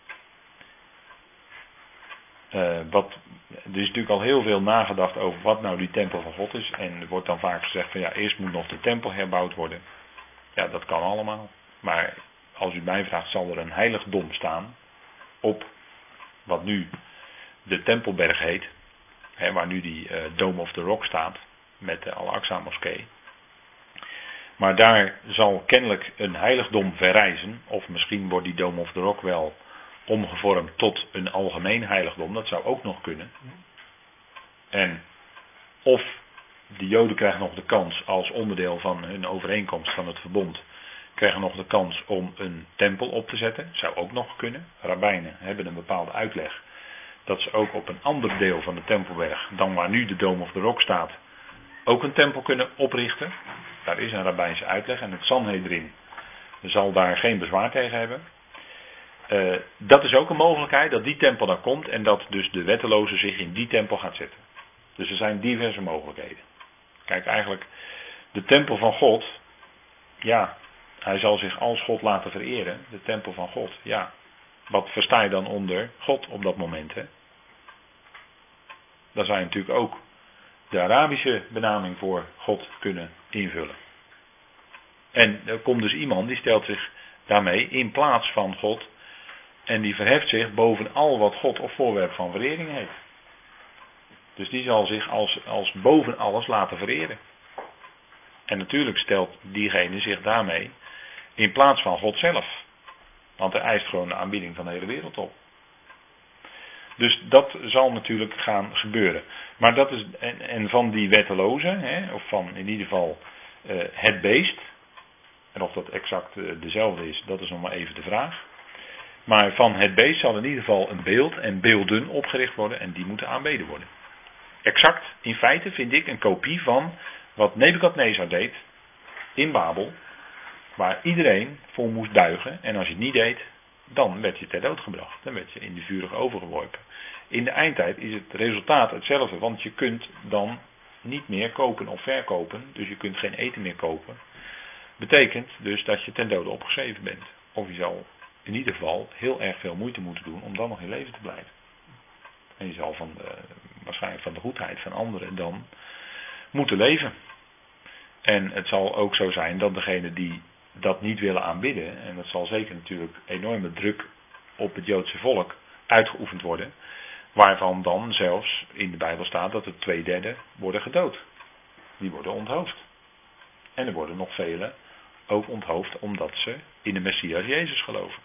[SPEAKER 1] Er is natuurlijk al heel veel nagedacht over wat nou die tempel van God is. En er wordt dan vaak gezegd van ja, eerst moet nog de tempel herbouwd worden. Ja, dat kan allemaal. Maar als u mij vraagt, zal er een heiligdom staan op wat nu de Tempelberg heet. Waar nu die Dome of the Rock staat met de Al-Aqsa moskee. Maar daar zal kennelijk een heiligdom verrijzen. Of misschien wordt die Dome of the Rock wel omgevormd tot een algemeen heiligdom. Dat zou ook nog kunnen. En of de Joden krijgen nog de kans als onderdeel van hun overeenkomst van het verbond. Krijgen nog de kans om een tempel op te zetten. Zou ook nog kunnen. Rabbijnen hebben een bepaalde uitleg. Dat ze ook op een ander deel van de Tempelberg dan waar nu de Dome of the Rock staat. Ook een tempel kunnen oprichten. Daar is een rabbijnse uitleg. En het Sanhedrin zal daar geen bezwaar tegen hebben. Dat is ook een mogelijkheid dat die tempel dan komt. En dat dus de wetteloze zich in die tempel gaat zetten. Dus er zijn diverse mogelijkheden. Kijk, eigenlijk de tempel van God. Ja, hij zal zich als God laten vereren. De tempel van God, ja. Wat versta je dan onder God op dat moment? Hè? Dan zou je natuurlijk ook de Arabische benaming voor God kunnen invullen. En er komt dus iemand die stelt zich daarmee in plaats van God. En die verheft zich boven al wat God of voorwerp van verering heeft. Dus die zal zich als boven alles laten vereren. En natuurlijk stelt diegene zich daarmee in plaats van God zelf. Want hij eist gewoon de aanbidding van de hele wereld op. Dus dat zal natuurlijk gaan gebeuren. Maar dat is, en van die wetteloze, of van in ieder geval het beest. En of dat exact dezelfde is, dat is nog maar even de vraag. Maar van het beest zal in ieder geval een beeld en beelden opgericht worden en die moeten aanbeden worden. Exact, in feite vind ik een kopie van wat Nebukadnezar deed in Babel. Waar iedereen voor moest buigen. En als je het niet deed, dan werd je ter dood gebracht. Dan werd je in de vurige oven geworpen. In de eindtijd is het resultaat hetzelfde. Want je kunt dan niet meer kopen of verkopen. Dus je kunt geen eten meer kopen. Betekent dus dat je ten dode opgeschreven bent. Of je zal in ieder geval heel erg veel moeite moeten doen om dan nog in leven te blijven. En je zal waarschijnlijk van de goedheid van anderen dan moeten leven. En het zal ook zo zijn dat degenen die dat niet willen aanbidden, en dat zal zeker natuurlijk enorme druk op het Joodse volk uitgeoefend worden, waarvan dan zelfs in de Bijbel staat dat er 2/3 worden gedood. Die worden onthoofd. En er worden nog velen ook onthoofd omdat ze in de Messias Jezus geloven.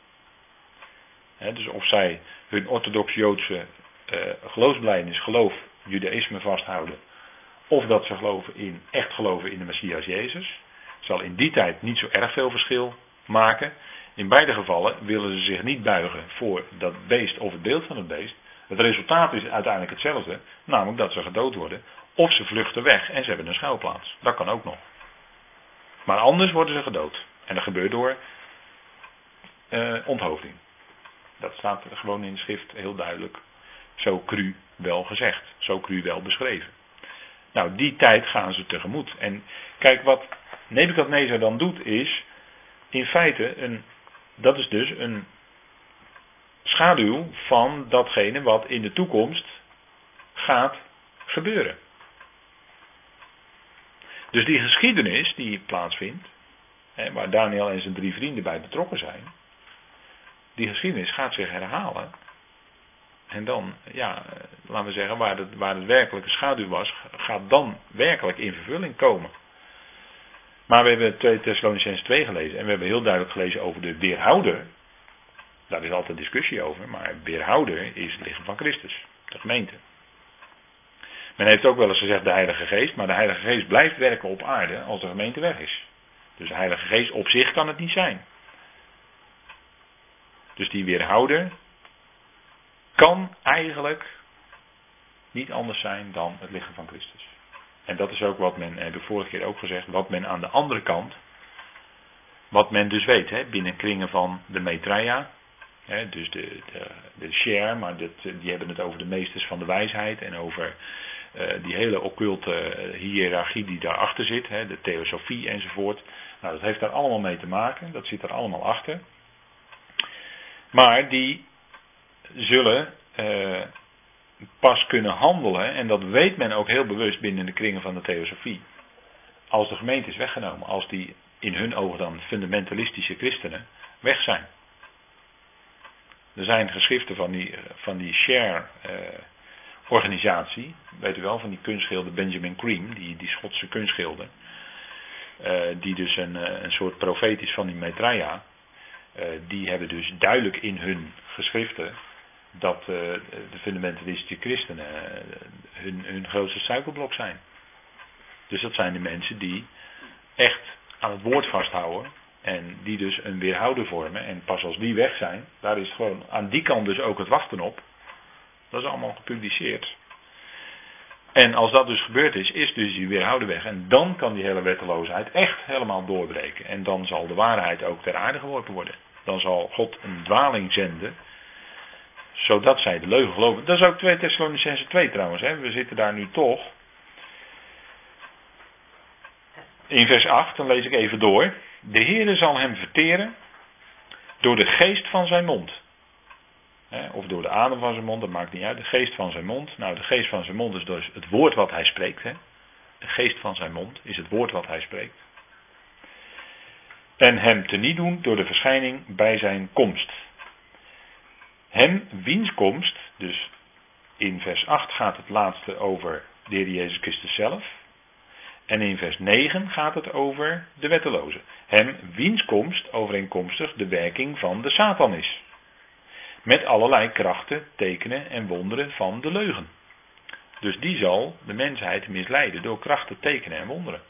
[SPEAKER 1] Dus of zij hun orthodox-Joodse geloofsbelijdenis, geloof, judaïsme vasthouden, of dat ze echt geloven in de Messias Jezus, zal in die tijd niet zo erg veel verschil maken. In beide gevallen willen ze zich niet buigen voor dat beest of het beeld van het beest. Het resultaat is uiteindelijk hetzelfde, namelijk dat ze gedood worden. Of ze vluchten weg en ze hebben een schuilplaats. Dat kan ook nog. Maar anders worden ze gedood. En dat gebeurt door onthoofding. Dat staat gewoon in de schrift heel duidelijk. Zo cru wel gezegd. Zo cru wel beschreven. Nou, die tijd gaan ze tegemoet. En kijk, wat Nebukadnezar dan doet is, in feite, dat is dus een schaduw van datgene wat in de toekomst gaat gebeuren. Dus die geschiedenis die plaatsvindt, waar Daniel en zijn 3 vrienden bij betrokken zijn, die geschiedenis gaat zich herhalen. En dan, ja, laten we zeggen, waar het werkelijke schaduw was, gaat dan werkelijk in vervulling komen. Maar we hebben 2 Thessalonicenzen 2 gelezen en we hebben heel duidelijk gelezen over de weerhouder. Daar is altijd discussie over, maar weerhouder is het lichaam van Christus, de gemeente. Men heeft ook wel eens gezegd de Heilige Geest, maar de Heilige Geest blijft werken op aarde als de gemeente weg is. Dus de Heilige Geest op zich kan het niet zijn. Dus die weerhouder kan eigenlijk niet anders zijn dan het lichaam van Christus. En dat is ook wat men, heb ik vorige keer ook gezegd, wat men aan de andere kant Wat men dus weet, binnen kringen van de Maitreya, dus de share, maar die hebben het over de meesters van de wijsheid en over die hele occulte hiërarchie die daarachter zit, de theosofie enzovoort. Nou, dat heeft daar allemaal mee te maken, dat zit er allemaal achter. Maar die zullen pas kunnen handelen, en dat weet men ook heel bewust binnen de kringen van de theosofie, als de gemeente is weggenomen, als die in hun ogen dan fundamentalistische christenen weg zijn. Er zijn geschriften van die share organisatie, weet u wel, van die kunstschilder Benjamin Cream, die Schotse kunstschilder, die dus een soort profeet is van die Maitreya. Die hebben dus duidelijk in hun geschriften dat de fundamentalistische christenen hun grootste suikerblok zijn. Dus dat zijn de mensen die echt aan het woord vasthouden en die dus een weerhouder vormen. En pas als die weg zijn, daar is gewoon aan die kant dus ook het wachten op. Dat is allemaal gepubliceerd. En als dat dus gebeurd is dus die weerhouder weg. En dan kan die hele wetteloosheid echt helemaal doorbreken. En dan zal de waarheid ook ter aarde geworpen worden. Dan zal God een dwaling zenden, zodat zij de leugen geloven. Dat is ook 2 Thessalonicenzen 2 trouwens. We zitten daar nu toch. In vers 8, dan lees ik even door. De Heere zal hem verteren door de geest van zijn mond. Of door de adem van zijn mond, dat maakt niet uit. De geest van zijn mond. Nou, de geest van zijn mond is dus het woord wat hij spreekt. De geest van zijn mond is het woord wat hij spreekt. En hem teniet doen door de verschijning bij zijn komst. Hem, wiens komst, dus in vers 8 gaat het laatste over de Heer Jezus Christus zelf. En in vers 9 gaat het over de wetteloze. Hem, wiens komst overeenkomstig de werking van de Satan is. Met allerlei krachten, tekenen en wonderen van de leugen. Dus die zal de mensheid misleiden door krachten, tekenen en wonderen.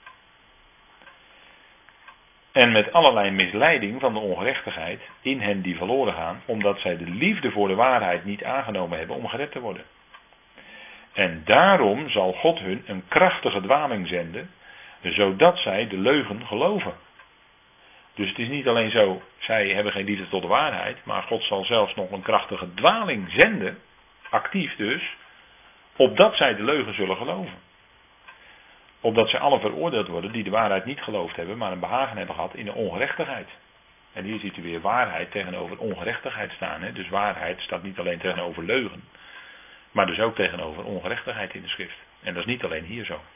[SPEAKER 1] En met allerlei misleiding van de ongerechtigheid in hen die verloren gaan, omdat zij de liefde voor de waarheid niet aangenomen hebben om gered te worden. En daarom zal God hun een krachtige dwaling zenden, zodat zij de leugen geloven. Dus het is niet alleen zo, zij hebben geen liefde tot de waarheid, maar God zal zelfs nog een krachtige dwaling zenden, actief dus, opdat zij de leugen zullen geloven. Opdat zij allen veroordeeld worden die de waarheid niet geloofd hebben, maar een behagen hebben gehad in de ongerechtigheid. En hier ziet u weer waarheid tegenover ongerechtigheid staan. Dus waarheid staat niet alleen tegenover leugen, maar dus ook tegenover ongerechtigheid in de schrift. En dat is niet alleen hier zo.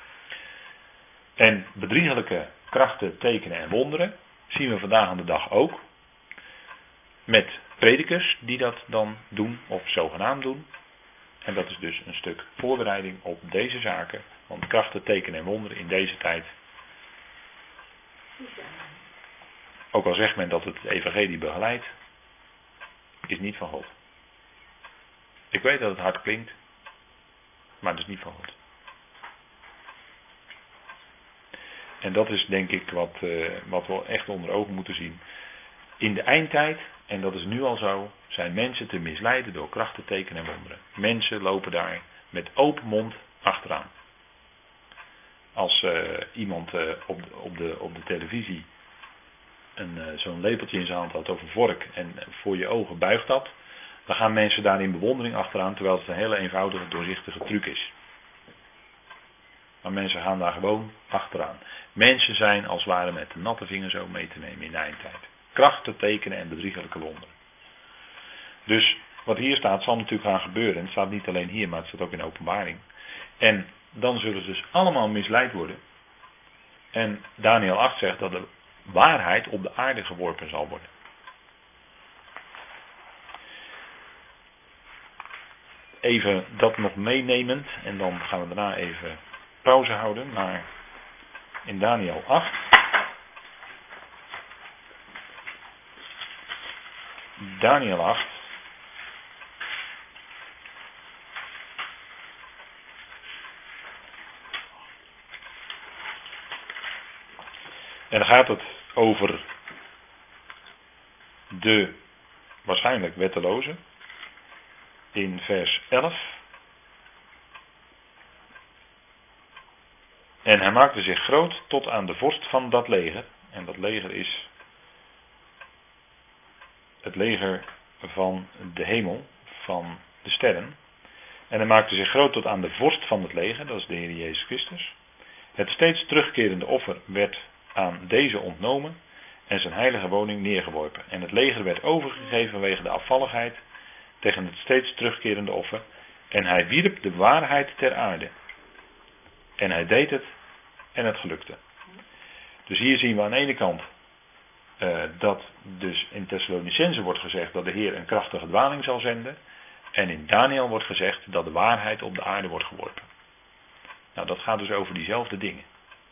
[SPEAKER 1] En bedriegelijke krachten, tekenen en wonderen zien we vandaag aan de dag ook. Met predikers die dat dan doen, of zogenaamd doen. En dat is dus een stuk voorbereiding op deze zaken. Want krachten, tekenen en wonderen in deze tijd. Ook al zegt men dat het evangelie begeleidt, is niet van God. Ik weet dat het hard klinkt, maar het is niet van God. En dat is denk ik wat we echt onder ogen moeten zien. In de eindtijd, en dat is nu al zo, zijn mensen te misleiden door krachten, tekenen en wonderen. Mensen lopen daar met open mond achteraan. Als iemand op de televisie zo'n lepeltje in zijn hand had of een vork en voor je ogen buigt dat, dan gaan mensen daar in bewondering achteraan, terwijl het een hele eenvoudige, doorzichtige truc is. Maar mensen gaan daar gewoon achteraan. Mensen zijn als het ware met de natte vinger zo mee te nemen in de eindtijd. Krachten, tekenen en bedriegelijke wonderen. Dus wat hier staat zal natuurlijk gaan gebeuren. Het staat niet alleen hier, maar het staat ook in Openbaring. En dan zullen ze dus allemaal misleid worden. En Daniel 8 zegt dat de waarheid op de aarde geworpen zal worden. Even dat nog meenemend. En dan gaan we daarna even pauze houden. Maar in Daniel 8. Daniel 8. En dan gaat het over de waarschijnlijk wetteloze. In vers 11. En hij maakte zich groot tot aan de vorst van dat leger. En dat leger is het leger van de hemel, van de sterren. En hij maakte zich groot tot aan de vorst van het leger, dat is de Heer Jezus Christus. Het steeds terugkerende offer werd aan deze ontnomen en zijn heilige woning neergeworpen. En het leger werd overgegeven vanwege de afvalligheid tegen het steeds terugkerende offer. En hij wierp de waarheid ter aarde. En hij deed het en het gelukte. Dus hier zien we aan de ene kant dat dus in Thessalonicense wordt gezegd dat de Heer een krachtige dwaling zal zenden. En in Daniel wordt gezegd dat de waarheid op de aarde wordt geworpen. Nou, dat gaat dus over diezelfde dingen.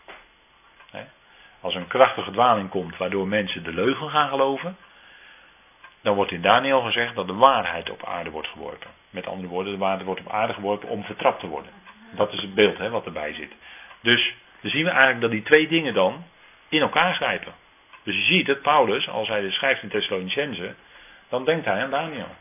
[SPEAKER 1] Als een krachtige dwaling komt waardoor mensen de leugen gaan geloven, dan wordt in Daniel gezegd dat de waarheid op aarde wordt geworpen. Met andere woorden, de waarheid wordt op aarde geworpen om vertrapt te worden. Dat is het beeld wat erbij zit. Dus dan zien we eigenlijk dat die twee dingen dan in elkaar grijpen. Dus je ziet dat Paulus, als hij dit schrijft in Thessalonicense, dan denkt hij aan Daniel.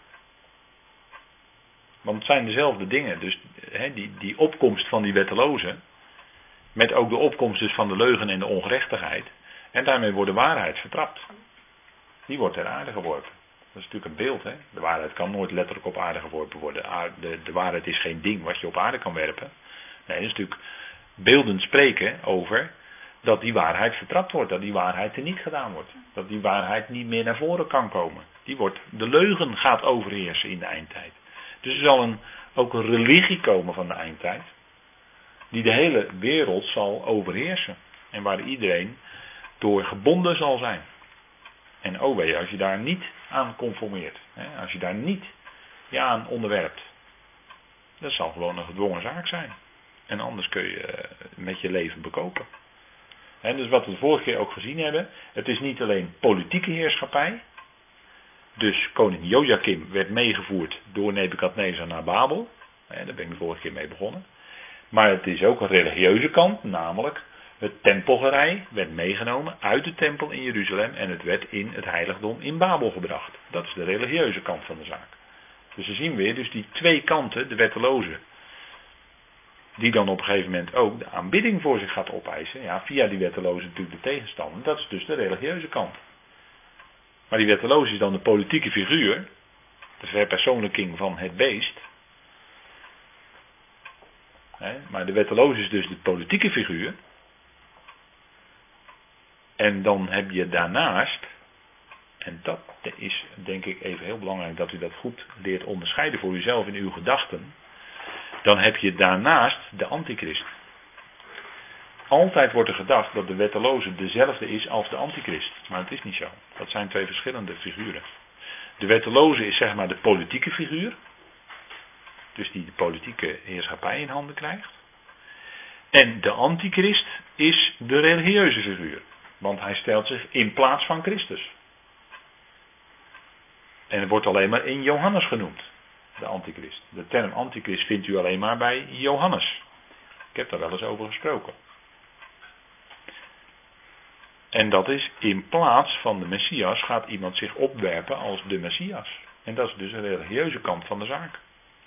[SPEAKER 1] Want het zijn dezelfde dingen. Dus die opkomst van die wettelozen, met ook de opkomst dus van de leugen en de ongerechtigheid. En daarmee wordt de waarheid vertrapt. Die wordt ter aarde geworpen. Dat is natuurlijk een beeld. De waarheid kan nooit letterlijk op aarde geworpen worden. De waarheid is geen ding wat je op aarde kan werpen. Nee, dat is natuurlijk beeldend spreken over dat die waarheid vertrapt wordt. Dat die waarheid er niet gedaan wordt. Dat die waarheid niet meer naar voren kan komen. De leugen gaat overheersen in de eindtijd. Dus er zal ook een religie komen van de eindtijd. Die de hele wereld zal overheersen. En waar iedereen door gebonden zal zijn. En oh wee, als je daar niet aan conformeert. Als je daar niet je aan onderwerpt. Dat zal gewoon een gedwongen zaak zijn. En anders kun je met je leven bekopen. Dus wat we de vorige keer ook gezien hebben. Het is niet alleen politieke heerschappij. Dus koning Joachim werd meegevoerd door Nebukadnezar naar Babel. Daar ben ik de vorige keer mee begonnen. Maar het is ook een religieuze kant, namelijk het tempelgerei werd meegenomen uit de tempel in Jeruzalem en het werd in het heiligdom in Babel gebracht. Dat is de religieuze kant van de zaak. Dus we zien weer dus die twee kanten, de wetteloze, die dan op een gegeven moment ook de aanbidding voor zich gaat opeisen. Ja, via die wetteloze natuurlijk de tegenstander. Dat is dus de religieuze kant. Maar die wetteloze is dan de politieke figuur, de verpersoonlijking van het beest. Maar de wetteloze is dus de politieke figuur. En dan heb je daarnaast, en dat is denk ik even heel belangrijk dat u dat goed leert onderscheiden voor uzelf in uw gedachten. Dan heb je daarnaast de antichrist. Altijd wordt er gedacht dat de wetteloze dezelfde is als de antichrist. Maar het is niet zo. Dat zijn twee verschillende figuren. De wetteloze is zeg maar de politieke figuur. Dus die de politieke heerschappij in handen krijgt. En de antichrist is de religieuze figuur. Want hij stelt zich in plaats van Christus. En het wordt alleen maar in Johannes genoemd. De antichrist. De term antichrist vindt u alleen maar bij Johannes. Ik heb daar wel eens over gesproken. En dat is in plaats van de Messias gaat iemand zich opwerpen als de Messias. En dat is dus een religieuze kant van de zaak.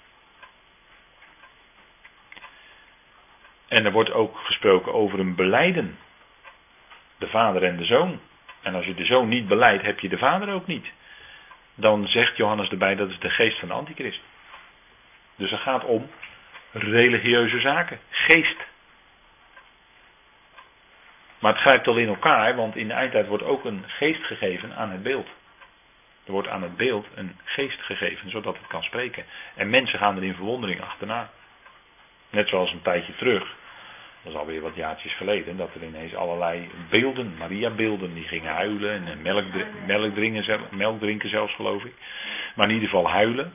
[SPEAKER 1] En er wordt ook gesproken over een belijden. De vader en de zoon. En als je de zoon niet belijdt, heb je de vader ook niet. Dan zegt Johannes erbij, dat is de geest van de antichrist. Dus het gaat om religieuze zaken. Geest. Maar het grijpt al in elkaar, want in de eindtijd wordt ook een geest gegeven aan het beeld. Er wordt aan het beeld een geest gegeven, zodat het kan spreken. En mensen gaan er in verwondering achterna. Net zoals een tijdje terug, dat is alweer wat jaartjes geleden, dat er ineens allerlei beelden, Maria-beelden, die gingen huilen en melk drinken zelfs geloof ik. Maar in ieder geval huilen.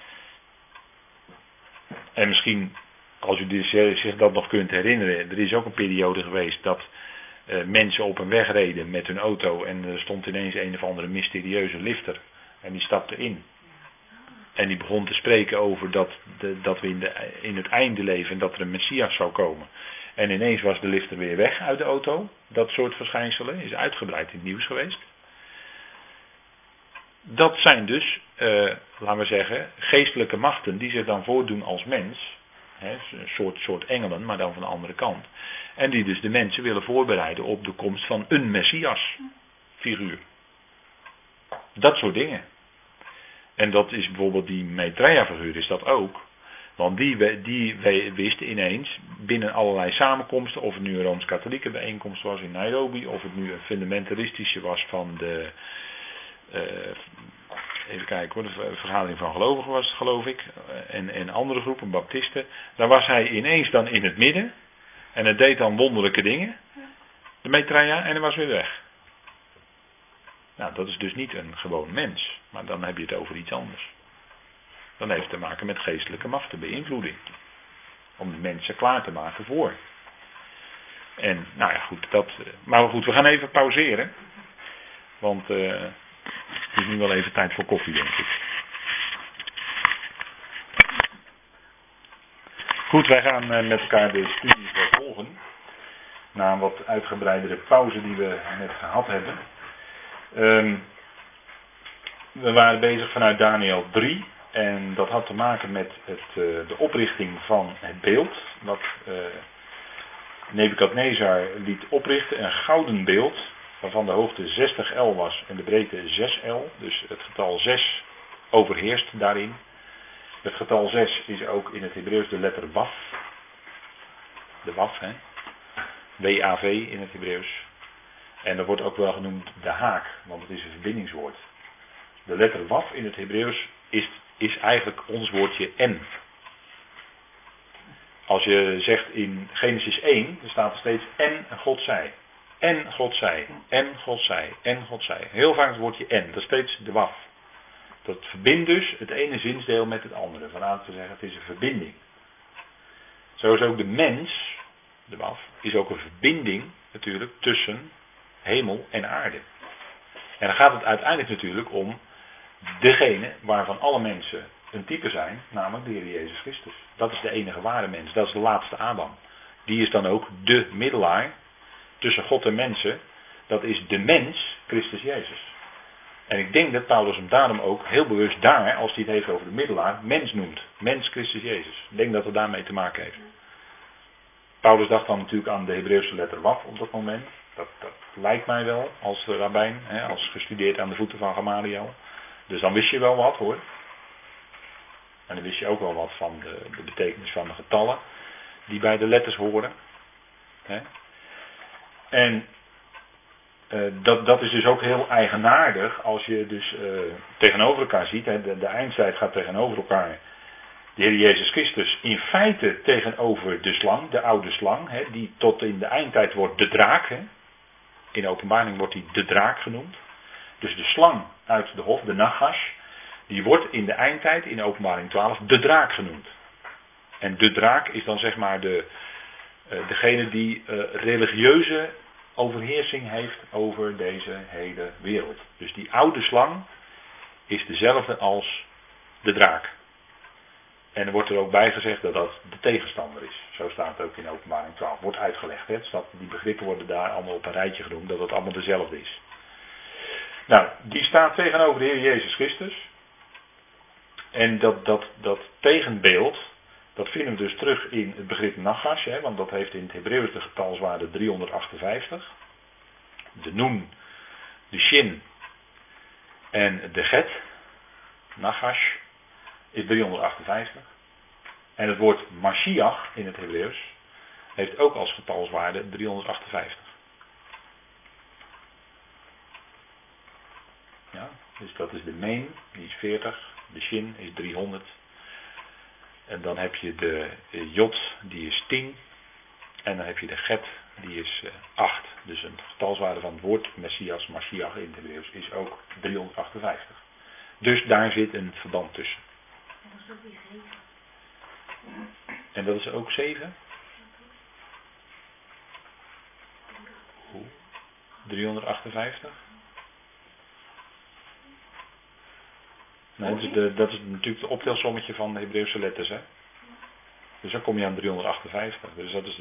[SPEAKER 1] En misschien, als u zich dat nog kunt herinneren, er is ook een periode geweest dat mensen op een weg reden met hun auto en er stond ineens een of andere mysterieuze lifter en die stapte in. En die begon te spreken over dat we in het einde leven en dat er een Messias zou komen. En ineens was de lifter weer weg uit de auto. Dat soort verschijnselen is uitgebreid in het nieuws geweest. Dat zijn dus, laten we zeggen, geestelijke machten die zich dan voordoen als mens. Een soort engelen, maar dan van de andere kant. En die dus de mensen willen voorbereiden op de komst van een Messias figuur. Dat soort dingen. En dat is bijvoorbeeld die Maitreya figuur is dat ook. Want die wist ineens binnen allerlei samenkomsten, of het nu een Rooms-Katholieke bijeenkomst was in Nairobi, of het nu een fundamentalistische was van de, even kijken hoor, de vergadering van gelovigen was het, geloof ik, en andere groepen, baptisten. Daar was hij ineens dan in het midden, en het deed dan wonderlijke dingen, de Maitreya, en hij was weer weg. Nou, dat is dus niet een gewoon mens, maar dan heb je het over iets anders. Dan heeft het te maken met geestelijke macht, de beïnvloeding. Om de mensen klaar te maken voor. En, nou ja, goed, maar goed, we gaan even pauzeren. Want het is nu wel even tijd voor koffie, denk ik. Goed, wij gaan met elkaar de studie vervolgen. Na een wat uitgebreidere pauze die we net gehad hebben. We waren bezig vanuit Daniël 3. En dat had te maken met de oprichting van het beeld. Wat Nebukadnezar liet oprichten. Een gouden beeld. Waarvan de hoogte 60 L was en de breedte 6 L. Dus het getal 6 overheerst daarin. Het getal 6 is ook in het Hebreeuws de letter waf. De waf, hè. W-A-V in het Hebreeuws. En dat wordt ook wel genoemd de haak, want het is een verbindingswoord. De letter waf in het Hebreeuws is eigenlijk ons woordje en. Als je zegt in Genesis 1, dan staat er steeds en God zei. En God zei, en God zei, en God zei. Heel vaak het woordje en, dat is steeds de waf. Dat verbindt dus het ene zinsdeel met het andere. Vandaar te zeggen, het is een verbinding. Zo is ook de mens, de waf, is ook een verbinding natuurlijk tussen hemel en aarde. En dan gaat het uiteindelijk natuurlijk om degene waarvan alle mensen een type zijn, namelijk de Heer Jezus Christus. Dat is de enige ware mens, dat is de laatste Adam. Die is dan ook de middelaar tussen God en mensen. Dat is de mens, Christus Jezus. En ik denk dat Paulus hem daarom ook heel bewust daar, als hij het heeft over de middelaar, mens noemt. Mens Christus Jezus. Ik denk dat het daarmee te maken heeft. Paulus dacht dan natuurlijk aan de Hebreeuwse letter waf op dat moment. Dat lijkt mij wel als rabbijn, als gestudeerd aan de voeten van Gamaliel. Dus dan wist je wel wat hoor. En dan wist je ook wel wat van de betekenis van de getallen die bij de letters horen. En dat is dus ook heel eigenaardig als je dus tegenover elkaar ziet. De eindtijd gaat tegenover elkaar. De Heer Jezus Christus in feite tegenover de slang, de oude slang. Die tot in de eindtijd wordt de draak. In de openbaring wordt hij de draak genoemd. Dus de slang uit de hof, de Nachash, die wordt in de eindtijd, in openbaring 12, de draak genoemd. En de draak is dan zeg maar degene die religieuze overheersing heeft over deze hele wereld. Dus die oude slang is dezelfde als de draak. En er wordt er ook bij gezegd dat dat de tegenstander is. Zo staat het ook in openbaring 12. Wordt uitgelegd. Die begrippen worden daar allemaal op een rijtje genoemd. Dat het allemaal dezelfde is. Nou, die staat tegenover de Heer Jezus Christus. En dat tegenbeeld, dat vinden we dus terug in het begrip Nachash. Want dat heeft in het Hebreeuws de getalswaarde 358. De Noen, de Shin en de Get. Nachash is 358. En het woord Mashiach in het Hebreeuws heeft ook als getalswaarde 358. Ja, dus dat is de Meen, die is 40. De Shin is 300. En dan heb je de Jod, die is 10. En dan heb je de Get, die is 8. Dus een getalswaarde van het woord Messias, Mashiach in het Hebreeuws, is ook 358. Dus daar zit een verband tussen. En dat is ook 7? Hoe? 358? Nee, dat is natuurlijk het optelsommetje van de Hebreeuwse letters. Hè? Dus dan kom je aan 358. Dus dat is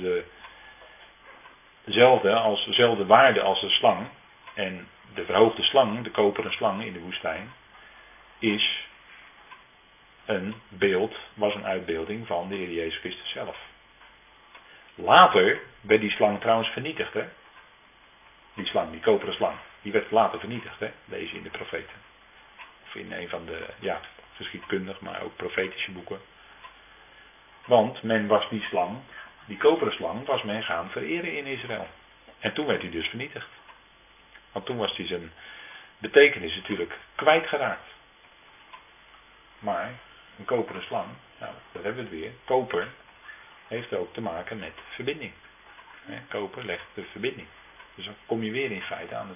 [SPEAKER 1] dezelfde waarde als de slang. En de verhoogde slang, de koperen slang in de woestijn, is een beeld, was een uitbeelding van de Heer Jezus Christus zelf. Later werd die slang trouwens vernietigd, hè? Die slang, die koperen slang, die werd later vernietigd, hè? Lees je in de profeten. Of in een van de, geschiedkundig, maar ook profetische boeken. Want men was die slang, die koperen slang, was men gaan vereren in Israël. En toen werd hij dus vernietigd. Want toen was hij zijn betekenis natuurlijk kwijtgeraakt. Maar een koperen slang, nou, daar hebben we het weer. Koper heeft ook te maken met verbinding. Koper legt de verbinding. Dus dan kom je weer in feite aan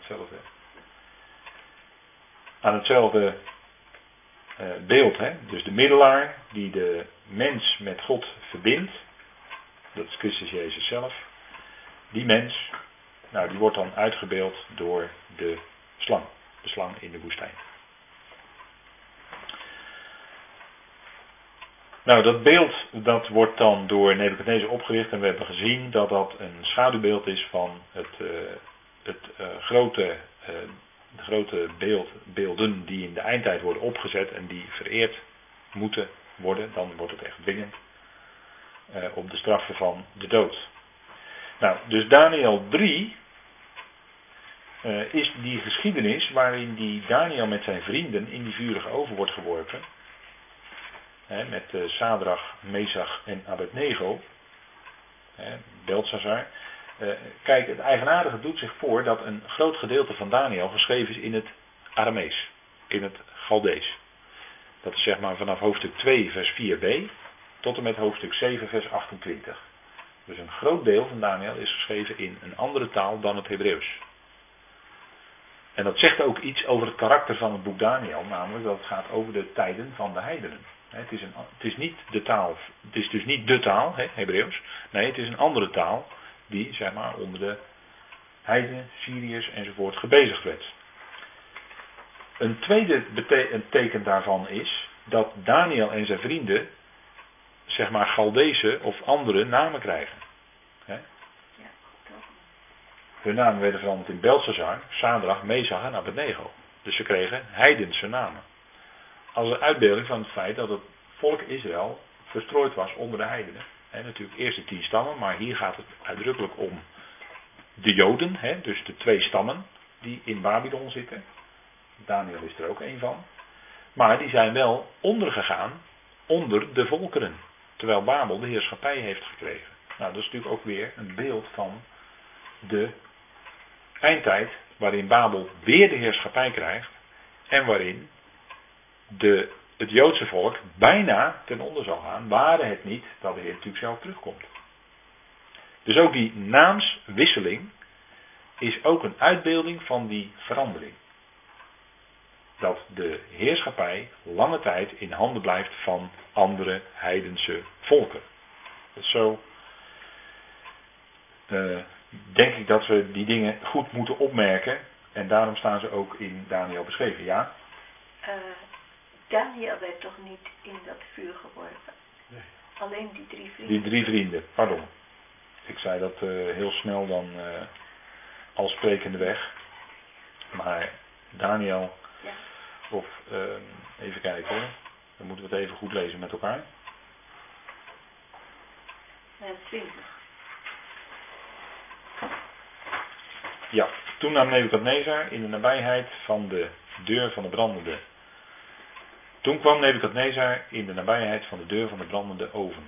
[SPEAKER 1] hetzelfde beeld. Hè? Dus de middelaar die de mens met God verbindt. Dat is Christus Jezus zelf. Die mens, nou, die wordt dan uitgebeeld door de slang. De slang in de woestijn. Nou, dat beeld dat wordt dan door Nebukadnezar opgericht en we hebben gezien dat dat een schaduwbeeld is van de grote beelden die in de eindtijd worden opgezet en die vereerd moeten worden. Dan wordt het echt dwingend op de straffen van de dood. Nou, dus Daniel 3 is die geschiedenis waarin die Daniel met zijn vrienden in die vurige oven wordt geworpen. Met Sadrach, Mesach en Abednego, Belshazzar. Kijk, het eigenaardige doet zich voor dat een groot gedeelte van Daniel geschreven is in het Aramees, in het Chaldees. Dat is zeg maar vanaf hoofdstuk 2 vers 4b tot en met hoofdstuk 7 vers 28. Dus een groot deel van Daniel is geschreven in een andere taal dan het Hebreeuws. En dat zegt ook iets over het karakter van het boek Daniel, namelijk dat het gaat over de tijden van de heidenen. Het is niet de taal, het is dus niet de taal, Hebreeuws. Nee, het is een andere taal die zeg maar onder de heidenen, Syriërs enzovoort gebezigd werd. Een tweede teken daarvan is dat Daniel en zijn vrienden zeg maar Chaldese of andere namen krijgen. Hun namen werden veranderd in Belshazzar, Sadrach, Mesach en Abednego. Dus ze kregen heidense namen. Als een uitbeelding van het feit dat het volk Israël verstrooid was onder de heidenen. Natuurlijk eerst de 10 stammen, maar hier gaat het uitdrukkelijk om de Joden, dus de 2 stammen die in Babylon zitten. Daniel is er ook een van. Maar die zijn wel ondergegaan onder de volkeren. Terwijl Babel de heerschappij heeft gekregen. Nou, dat is natuurlijk ook weer een beeld van de eindtijd waarin Babel weer de heerschappij krijgt en waarin het Joodse volk bijna ten onder zal gaan, ware het niet dat de Heer natuurlijk zelf terugkomt. Dus ook die naamswisseling is ook een uitbeelding van die verandering. Dat de heerschappij lange tijd in handen blijft van andere heidense volken. Dus zo denk ik dat we die dingen goed moeten opmerken. En daarom staan ze ook in Daniel beschreven. Ja?
[SPEAKER 2] Daniel werd toch niet in dat vuur geworpen? Nee. Alleen die 3 vrienden?
[SPEAKER 1] Die 3 vrienden, pardon. Ik zei dat heel snel dan als sprekende weg. Maar Daniel, ja. Of even kijken hoor. Dan moeten we het even goed lezen met elkaar.
[SPEAKER 2] 20.
[SPEAKER 1] Ja, toen nam Nebukadnezar in de nabijheid van de deur van de brandende. Toen kwam Nebukadnezar in de nabijheid van de deur van de brandende oven.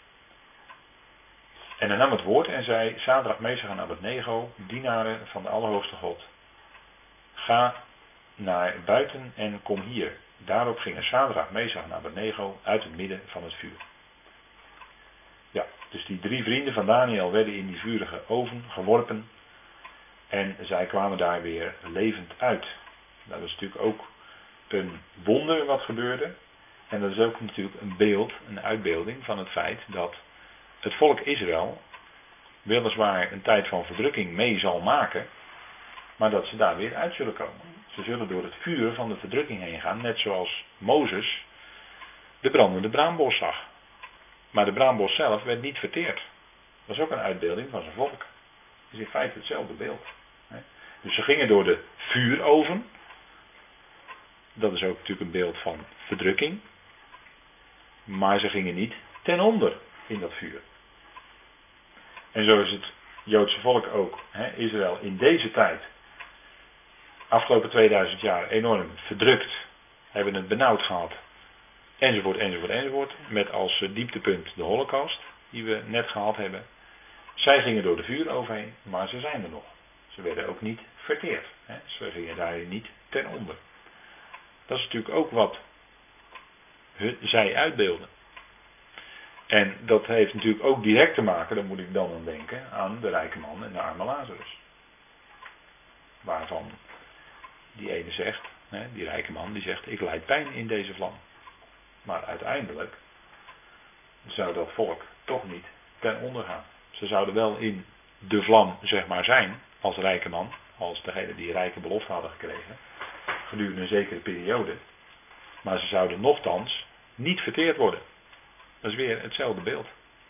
[SPEAKER 1] En hij nam het woord en zei: Sadrach, Mesach en Abednego, dienaren van de Allerhoogste God, ga naar buiten en kom hier. Daarop gingen Sadrach, Mesach en Abednego uit het midden van het vuur. Ja, dus die 3 vrienden van Daniel werden in die vurige oven geworpen en zij kwamen daar weer levend uit. Dat was natuurlijk ook een wonder wat gebeurde. En dat is ook natuurlijk een beeld, een uitbeelding van het feit dat het volk Israël weliswaar een tijd van verdrukking mee zal maken, maar dat ze daar weer uit zullen komen. Ze zullen door het vuur van de verdrukking heen gaan, net zoals Mozes de brandende braambos zag. Maar de braambos zelf werd niet verteerd. Dat is ook een uitbeelding van zijn volk. Het is in feite hetzelfde beeld. Dus ze gingen door de vuuroven. Dat is ook natuurlijk een beeld van verdrukking. maar ze gingen niet ten onder in dat vuur. En zo is het Joodse volk ook, Israël in deze tijd, afgelopen 2000 jaar enorm verdrukt, hebben het benauwd gehad, enzovoort, enzovoort, enzovoort, met als dieptepunt de Holocaust, die we net gehad hebben. Zij gingen door de vuur overheen, maar ze zijn er nog. Ze werden ook niet verteerd. Ze gingen daar niet ten onder. Dat is natuurlijk ook wat zij uitbeelden. En dat heeft natuurlijk ook direct te maken, daar moet ik dan aan denken, aan de rijke man en de arme Lazarus. Waarvan die ene zegt, die rijke man, die zegt, ik lijd pijn in deze vlam. Maar uiteindelijk zou dat volk toch niet ten onder gaan. Ze zouden wel in de vlam, zeg maar, zijn, als rijke man, als degene die rijke belofte hadden gekregen, gedurende een zekere periode. Maar ze zouden nochtans niet verteerd worden. Dat is weer hetzelfde beeld.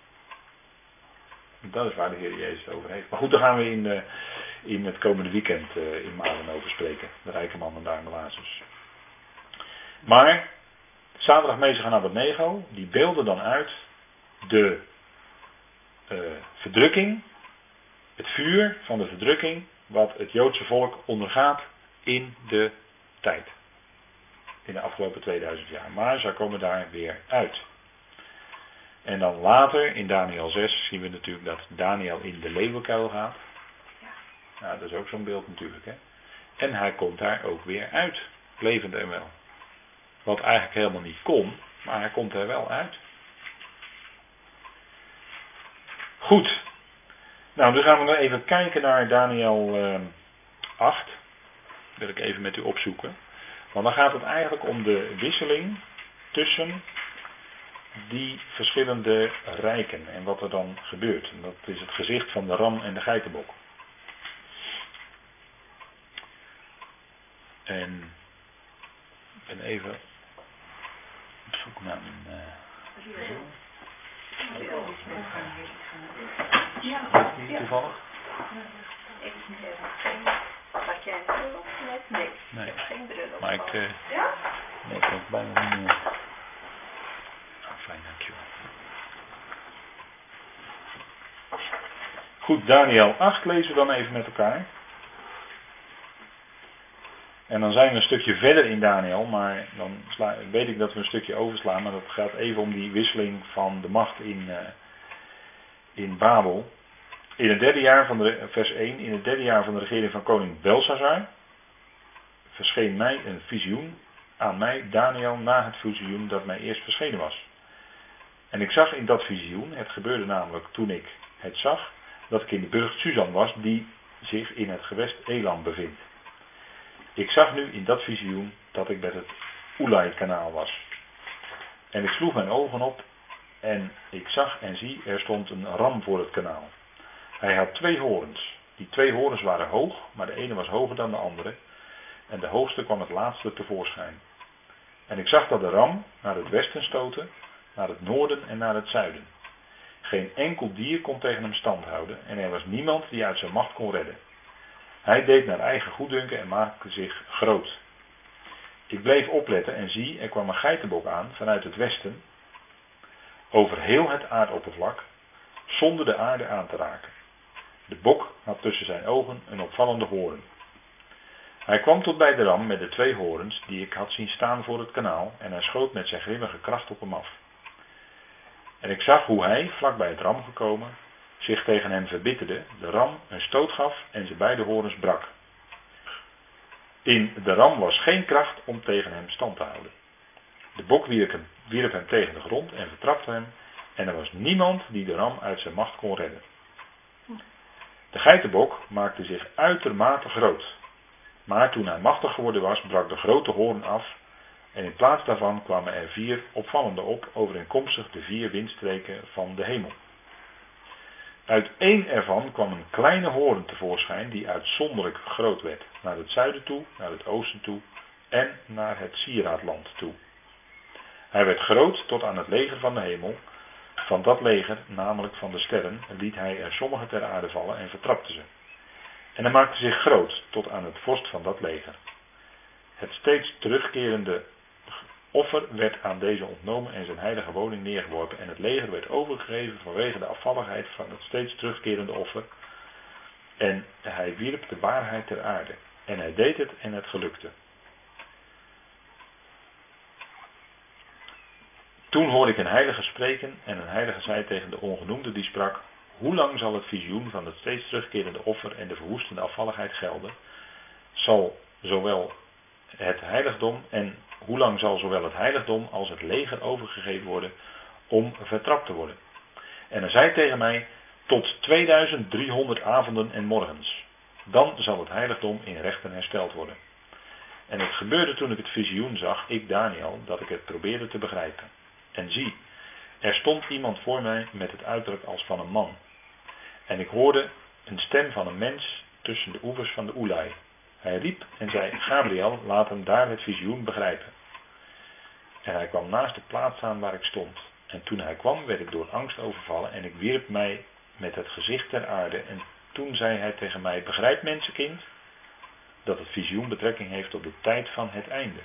[SPEAKER 1] Dat is waar de Heer Jezus het over heeft. Maar goed, daar gaan we in het komende weekend in Maren over spreken. De rijke man en de arme Lazarus. Maar zaterdag Mezig en Abednego, die beelden dan uit de verdrukking, het vuur van de verdrukking, wat het Joodse volk ondergaat in de tijd. In de afgelopen 2000 jaar. Maar zij komen daar weer uit. En dan later, in Daniel 6, zien we natuurlijk dat Daniel in de leeuwenkuil gaat. Nou, dat is ook zo'n beeld natuurlijk. En hij komt daar ook weer uit. Levend en wel. Wat eigenlijk helemaal niet kon, maar hij komt er wel uit. Goed. Nou, dan gaan we nog even kijken naar Daniel 8. Dat wil ik even met u opzoeken. Want dan gaat het eigenlijk om de wisseling tussen die verschillende rijken en wat er dan gebeurt. En dat is het gezicht van de ram en de geitenbok. En ik ben even op zoek naar een... toevallig?
[SPEAKER 2] Had jij een bril op? Nee.
[SPEAKER 1] Nee.
[SPEAKER 2] Ik heb geen bril op.
[SPEAKER 1] Maar ik... nee, ik heb bijna niet meer... Fijn, dankjewel. Goed, Daniel 8 lezen we dan even met elkaar. En dan zijn we een stukje verder in Daniel, maar dan weet ik dat we een stukje overslaan. Maar dat gaat even om die wisseling van de macht in Babel. In het derde jaar van vers 1, in het derde jaar van de regering van koning Belshazzar verscheen mij een visioen aan mij, Daniel, na het visioen dat mij eerst verschenen was. En ik zag in dat visioen, het gebeurde namelijk toen ik het zag, dat ik in de burcht Susan was, die zich in het gewest Elam bevindt. Ik zag nu in dat visioen dat ik bij het Ulai-kanaal was. En ik sloeg mijn ogen op en ik zag en zie, er stond een ram voor het kanaal. Hij had 2 horens. Die 2 horens waren hoog, maar de ene was hoger dan de andere. En de hoogste kwam het laatste tevoorschijn. En ik zag dat de ram naar het westen stootte, naar het noorden en naar het zuiden. Geen enkel dier kon tegen hem stand houden en er was niemand die uit zijn macht kon redden. Hij deed naar eigen goeddunken en maakte zich groot. Ik bleef opletten en zie, er kwam een geitenbok aan vanuit het westen, over heel het aardoppervlak, zonder de aarde aan te raken. De bok had tussen zijn ogen een opvallende hoorn. Hij kwam tot bij de ram met de 2 horens die ik had zien staan voor het kanaal en hij schoot met zijn grimmige kracht op hem af. En ik zag hoe hij, vlak bij het ram gekomen, zich tegen hem verbitterde, de ram een stoot gaf en zijn beide horens brak. In de ram was geen kracht om tegen hem stand te houden. De bok wierp hem tegen de grond en vertrapte hem en er was niemand die de ram uit zijn macht kon redden. De geitenbok maakte zich uitermate groot. Maar toen hij machtig geworden was, brak de grote hoorn af en in plaats daarvan kwamen er 4 opvallende op, overeenkomstig de 4 windstreken van de hemel. Uit 1 ervan kwam een kleine hoorn tevoorschijn die uitzonderlijk groot werd, naar het zuiden toe, naar het oosten toe en naar het sieraadland toe. Hij werd groot tot aan het leger van de hemel. Van dat leger, namelijk van de sterren, liet hij er sommige ter aarde vallen en vertrapte ze. En hij maakte zich groot tot aan het vorst van dat leger. Het steeds terugkerende offer werd aan deze ontnomen en zijn heilige woning neergeworpen. En het leger werd overgegeven vanwege de afvalligheid van het steeds terugkerende offer. En hij wierp de waarheid ter aarde. En hij deed het en het gelukte. Toen hoorde ik een heilige spreken en een heilige zei tegen de ongenoemde die sprak: hoe lang zal het visioen van het steeds terugkerende offer en de verwoestende afvalligheid gelden? Zal zowel het heiligdom en hoe lang zal zowel het heiligdom als het leger overgegeven worden om vertrapt te worden? En hij zei tegen mij: tot 2300 avonden en morgens. Dan zal het heiligdom in rechten hersteld worden. En het gebeurde toen ik het visioen zag, ik Daniel, dat ik het probeerde te begrijpen. En zie, er stond iemand voor mij met het uiterlijk als van een man. En ik hoorde een stem van een mens tussen de oevers van de Oelai. Hij riep en zei: Gabriel, laat hem daar het visioen begrijpen. En hij kwam naast de plaats staan waar ik stond. En toen hij kwam, werd ik door angst overvallen en ik wierp mij met het gezicht ter aarde. En toen zei hij tegen mij: begrijp, mensenkind, dat het visioen betrekking heeft op de tijd van het einde.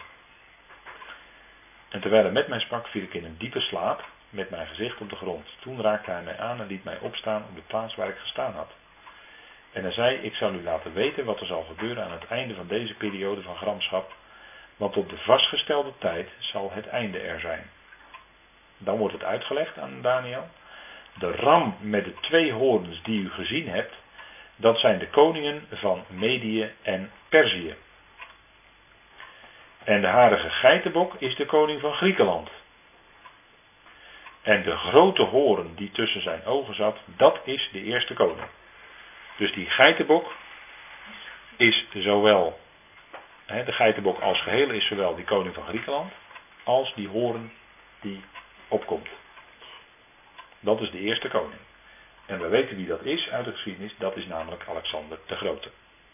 [SPEAKER 1] En terwijl hij met mij sprak, viel ik in een diepe slaap met mijn gezicht op de grond. Toen raakte hij mij aan en liet mij opstaan op de plaats waar ik gestaan had. En hij zei: ik zal u laten weten wat er zal gebeuren aan het einde van deze periode van gramschap, want op de vastgestelde tijd zal het einde er zijn. Dan wordt het uitgelegd aan Daniel. De ram met de 2 horens die u gezien hebt, dat zijn de koningen van Medië en Perzië. En de harige geitenbok is de koning van Griekenland. En de grote hoorn die tussen zijn ogen zat, dat is de eerste koning. Dus die geitenbok is zowel, de geitenbok als geheel is zowel die koning van Griekenland, als die hoorn die opkomt. Dat is de eerste koning. En we weten wie dat is uit de geschiedenis, dat is namelijk Alexander de Grote.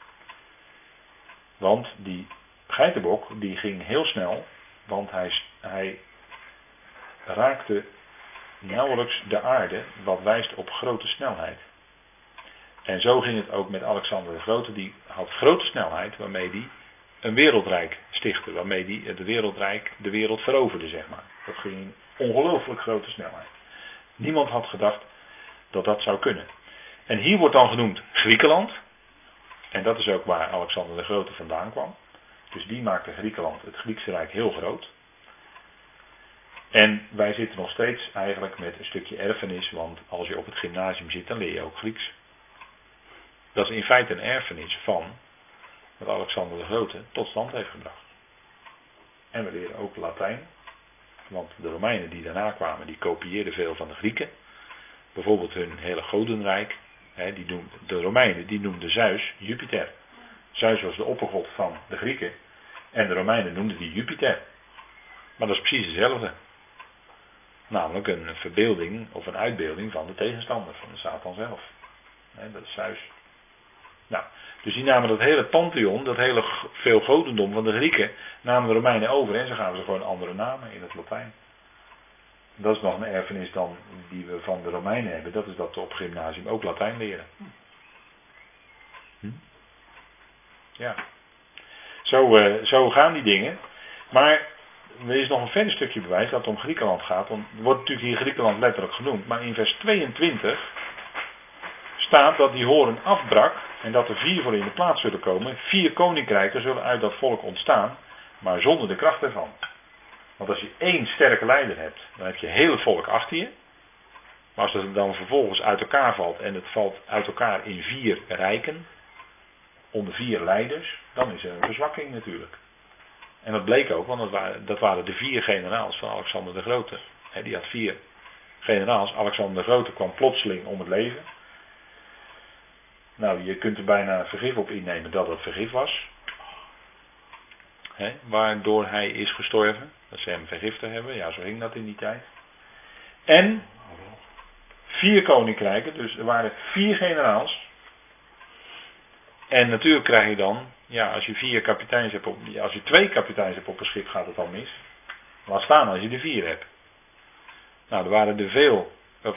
[SPEAKER 1] Want die geitenbok die ging heel snel, want hij raakte nauwelijks de aarde, wat wijst op grote snelheid. En zo ging het ook met Alexander de Grote, die had grote snelheid waarmee hij een wereldrijk stichtte, waarmee hij de wereld veroverde, zeg maar. Dat ging in ongelooflijk grote snelheid. Niemand had gedacht dat dat zou kunnen. En hier wordt dan genoemd Griekenland. En dat is ook waar Alexander de Grote vandaan kwam. Dus die maakte Griekenland, het Griekse Rijk, heel groot. En wij zitten nog steeds eigenlijk met een stukje erfenis, want als je op het gymnasium zit, dan leer je ook Grieks. Dat is in feite een erfenis van wat Alexander de Grote tot stand heeft gebracht. En we leren ook Latijn, want de Romeinen die daarna kwamen, die kopieerden veel van de Grieken. Bijvoorbeeld hun hele godenrijk. De Romeinen die noemden Zeus Jupiter. Zeus was de oppergod van de Grieken. En de Romeinen noemden die Jupiter. Maar dat is precies hetzelfde. Namelijk een verbeelding of een uitbeelding van de tegenstander, van de Satan zelf. Dat is Zeus. Nou, dus die namen dat hele pantheon, dat hele veel godendom van de Grieken, namen de Romeinen over en ze gaven ze gewoon andere namen in het Latijn. Dat is nog een erfenis dan die we van de Romeinen hebben. Dat is dat we op het gymnasium ook Latijn leren. Ja. Zo gaan die dingen. Maar er is nog een verder stukje bewijs dat het om Griekenland gaat. Want er wordt natuurlijk hier Griekenland letterlijk genoemd. Maar in vers 22 staat dat die hoorn afbrak. En dat er 4 voor in de plaats zullen komen. 4 koninkrijken zullen uit dat volk ontstaan. Maar zonder de kracht ervan. Want als je 1 sterke leider hebt, dan heb je heel het volk achter je. Maar als het dan vervolgens uit elkaar valt en het valt uit elkaar in 4 rijken, onder 4 leiders, dan is er een verzwakking natuurlijk. En dat bleek ook, want dat waren de 4 generaals van Alexander de Grote. Die had 4 generaals. Alexander de Grote kwam plotseling om het leven. Nou, je kunt er bijna vergif op innemen dat het vergif was. Waardoor hij is gestorven. Dat ze hem vergiftigd hebben. Ja, zo ging dat in die tijd. En 4 koninkrijken. Dus er waren 4 generaals. En natuurlijk krijg je dan, ja, als je 2 kapiteins hebt op een schip, gaat het al mis. Laat staan als je er 4 hebt. Nou, er waren er veel. Of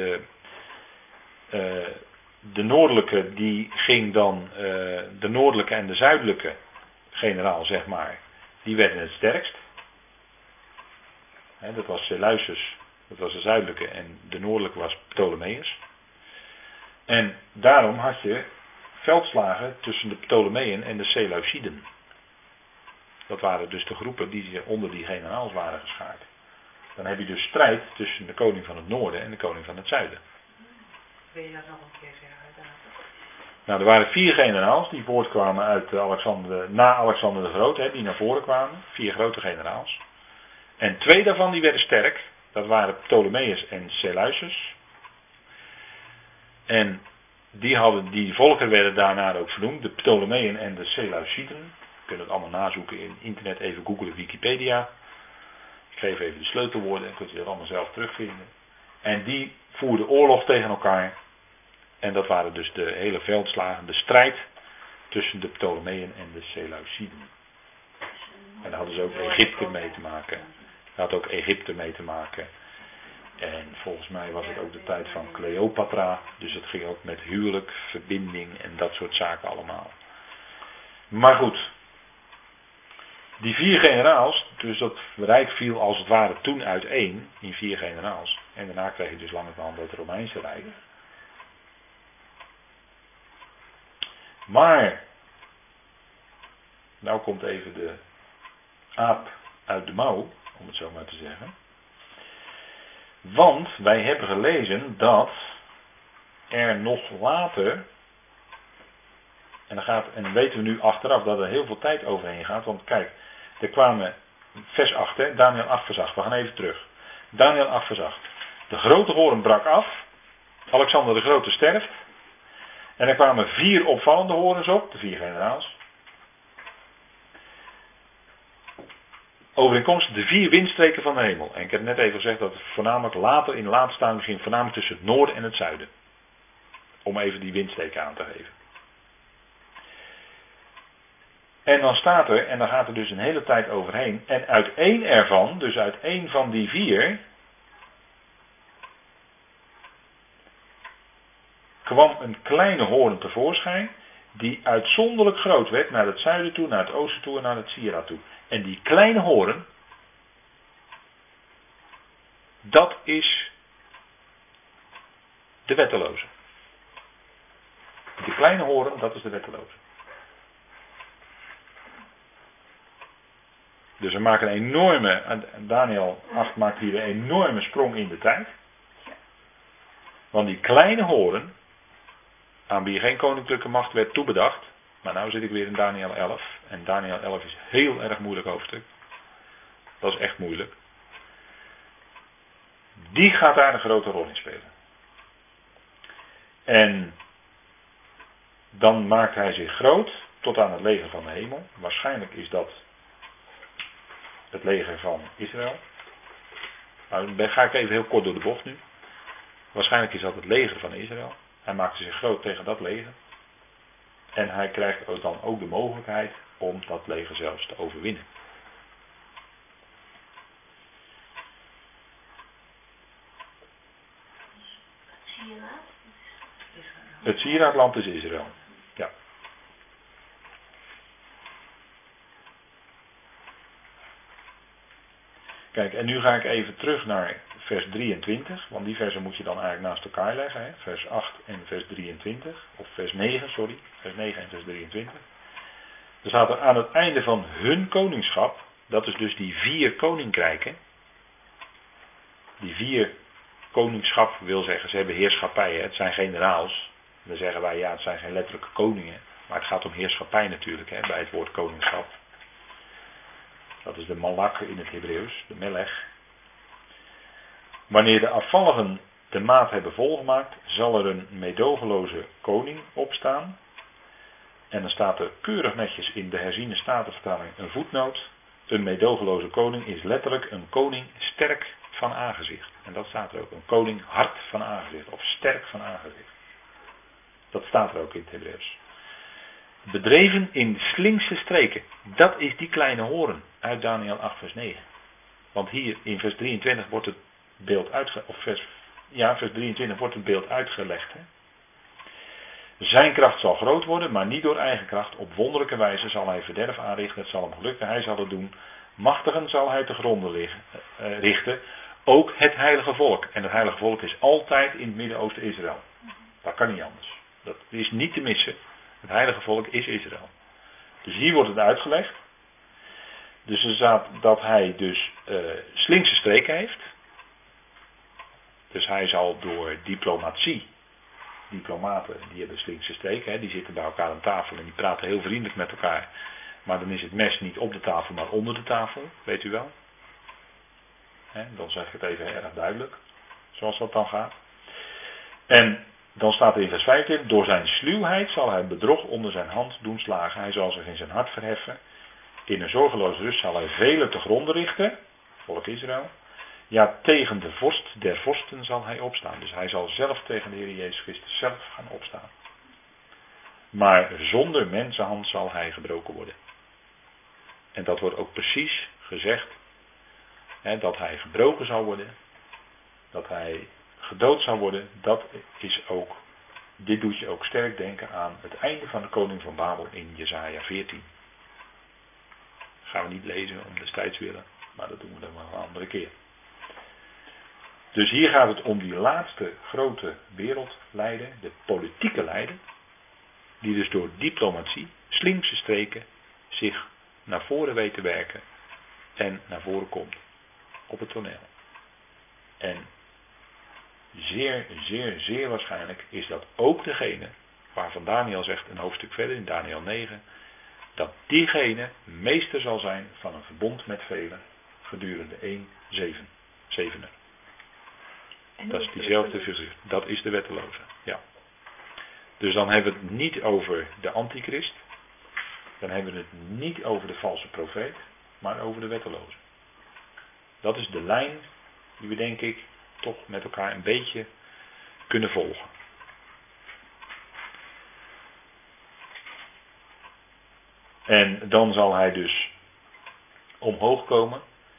[SPEAKER 1] de noordelijke, die ging dan, de noordelijke en de zuidelijke generaal, zeg maar, die werden het sterkst. Dat was Seleucus, dat was de zuidelijke, en de noordelijke was Ptolemeus. En daarom had je veldslagen tussen de Ptolemeën en de Seleuciden. Dat waren dus de groepen die onder die generaals waren geschaard. Dan heb je dus strijd tussen de koning van het noorden en de koning van het zuiden.
[SPEAKER 3] Wil je dat nog een keer zeggen?
[SPEAKER 1] Nou, er waren 4 generaals die voortkwamen uit na Alexander de Grote, die naar voren kwamen. 4 grote generaals. En 2 daarvan die werden sterk. Dat waren Ptolemeus en Seleucus. En die volkeren werden daarna ook vernoemd. De Ptolemeën en de Seleuciden. Je kunt het allemaal nazoeken in internet. Even googlen Wikipedia. Ik geef even de sleutelwoorden. Dan kunt u dat allemaal zelf terugvinden. En die voerden oorlog tegen elkaar. En dat waren dus de hele veldslagen. De strijd tussen de Ptolemeën en de Seleuciden. En daar hadden ze ook Egypte mee te maken. Daar had ook Egypte mee te maken. En volgens mij was het ook de tijd van Cleopatra. Dus het ging ook met huwelijk, verbinding en dat soort zaken allemaal. Maar goed. Die 4 generaals, dus dat rijk viel als het ware toen uiteen in 4 generaals. En daarna kreeg je dus langzamerhand het Romeinse Rijk. Maar, nou komt even de aap uit de mouw, om het zo maar te zeggen. Want wij hebben gelezen dat er nog later, en weten we nu achteraf dat er heel veel tijd overheen gaat, want kijk, er kwamen, vers 8, Daniel 8 vers 8, we gaan even terug. Daniel 8 vers 8. De grote hoorn brak af, Alexander de Grote sterft, en er kwamen 4 opvallende horens op, de 4 generaals. Overeenkomstig de 4 windstreken van de hemel. En ik heb net even gezegd dat het voornamelijk later in laat staan begint, voornamelijk tussen het noorden en het zuiden. Om even die windstreken aan te geven. En dan staat er, en dan gaat er dus een hele tijd overheen. En uit één ervan, dus uit één van die 4, kwam een kleine hoorn tevoorschijn, die uitzonderlijk groot werd naar het zuiden toe, naar het oosten toe en naar het Sierra toe. En die kleine hoorn, dat is de wetteloze. De kleine hoorn, dat is de wetteloze. Dus we maken een enorme, Daniel 8 maakt hier een enorme sprong in de tijd. Want die kleine hoorn, aan wie geen koninklijke macht werd toebedacht. Maar nou zit ik weer in Daniel 11. En Daniel 11 is heel erg moeilijk hoofdstuk. Dat is echt moeilijk. Die gaat daar een grote rol in spelen. En dan maakt hij zich groot tot aan het leger van de hemel. Waarschijnlijk is dat het leger van Israël. Nou, dan ga ik even heel kort door de bocht nu. Waarschijnlijk is dat het leger van Israël. Hij maakt zich groot tegen dat leger. En hij krijgt dan ook de mogelijkheid om dat leger zelfs te overwinnen. Het sieraadland is Israël. Ja. Kijk, en nu ga ik even terug naar vers 23. Want die versen moet je dan eigenlijk naast elkaar leggen. Hè? Vers 8 en vers 23. Of vers 9, sorry. Vers 9 en vers 23. Er staat er aan het einde van hun koningschap. Dat is dus die 4 koninkrijken. Die 4 koningschap wil zeggen, ze hebben heerschappijen. Het zijn generaals. Dan zeggen wij, ja, het zijn geen letterlijke koningen. Maar het gaat om heerschappij natuurlijk, hè, bij het woord koningschap. Dat is de malak in het Hebreeuws, de melech. Wanneer de afvalligen de maat hebben volgemaakt, zal er een meedogenloze koning opstaan. En dan staat er keurig netjes in de herziene statenvertaling een voetnoot. Een meedogenloze koning is letterlijk een koning sterk van aangezicht. En dat staat er ook. Een koning hard van aangezicht. Of sterk van aangezicht. Dat staat er ook in het Hebreeuws. Bedreven in slinkse streken. Dat is die kleine hoorn uit Daniel 8 vers 9. Want hier in vers 23 wordt het beeld vers 23 wordt het beeld uitgelegd. Hè? Zijn kracht zal groot worden, maar niet door eigen kracht. Op wonderlijke wijze zal hij verderf aanrichten. Het zal hem gelukken. Hij zal het doen Machtigen zal hij te gronden richten. Ook het heilige volk. En het heilige volk is altijd in het Midden-Oosten Israël. Dat kan niet anders. Dat is niet te missen. Het heilige volk is Israël. Dus hier wordt het uitgelegd. Dus er staat dat hij dus slinkse streken heeft. Dus hij zal door diplomatie. Diplomaten die hebben slinkse streken. Hè, die zitten bij elkaar aan tafel en die praten heel vriendelijk met elkaar. Maar dan is het mes niet op de tafel, maar onder de tafel. Weet u wel. Hè, dan zeg ik het even erg duidelijk. Zoals dat dan gaat. En dan staat er in vers 25. Door zijn sluwheid zal hij bedrog onder zijn hand doen slagen. Hij zal zich in zijn hart verheffen. In een zorgeloze rust zal hij velen te gronden richten. Volk Israël. Ja, tegen de vorst der vorsten zal hij opstaan. Dus hij zal zelf tegen de Heer Jezus Christus zelf gaan opstaan. Maar zonder mensenhand zal hij gebroken worden. En dat wordt ook precies gezegd. Hè, dat hij gebroken zal worden. Dat hij gedood zal worden. Dat is ook. Dit doet je ook sterk denken aan het einde van de koning van Babel in Jesaja 14. Dat gaan we niet lezen om destijds willen. Maar dat doen we dan wel een andere keer. Dus hier gaat het om die laatste grote wereldleider, de politieke leider, die dus door diplomatie, slinkse streken, zich naar voren weet te werken en naar voren komt op het toneel. En zeer, zeer, zeer waarschijnlijk is dat ook degene, waarvan Daniel zegt een hoofdstuk verder in Daniel 9, dat diegene meester zal zijn van een verbond met velen gedurende 1/7. Dat is diezelfde figuur. Dat is de wetteloze. Ja. Dus dan hebben we het niet over de antichrist. Dan hebben we het niet over de valse profeet. Maar over de wetteloze. Dat is de lijn die we denk ik toch met elkaar een beetje kunnen volgen. En dan zal hij dus omhoog komen.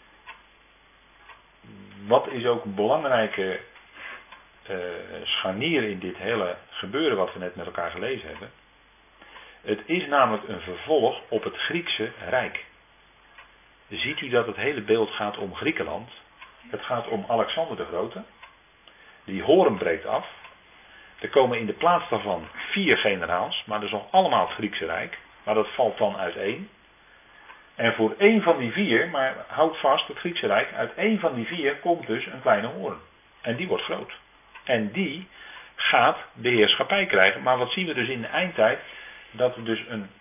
[SPEAKER 1] Wat is ook een belangrijke scharnier in dit hele gebeuren wat we net met elkaar gelezen hebben. Het is namelijk een vervolg op het Griekse Rijk. Ziet u dat het hele beeld gaat om Griekenland. Het gaat om Alexander de Grote. Die horen breekt af. Er komen in de plaats daarvan 4 generaals. Maar dat is nog allemaal het Griekse Rijk. Maar dat valt dan uiteen. En voor 1 van die 4, maar houd vast, het Griekse Rijk, uit 1 van die 4 komt dus een kleine hoorn. En die wordt groot. En die gaat de heerschappij krijgen. Maar wat zien we dus in de eindtijd? Dat er dus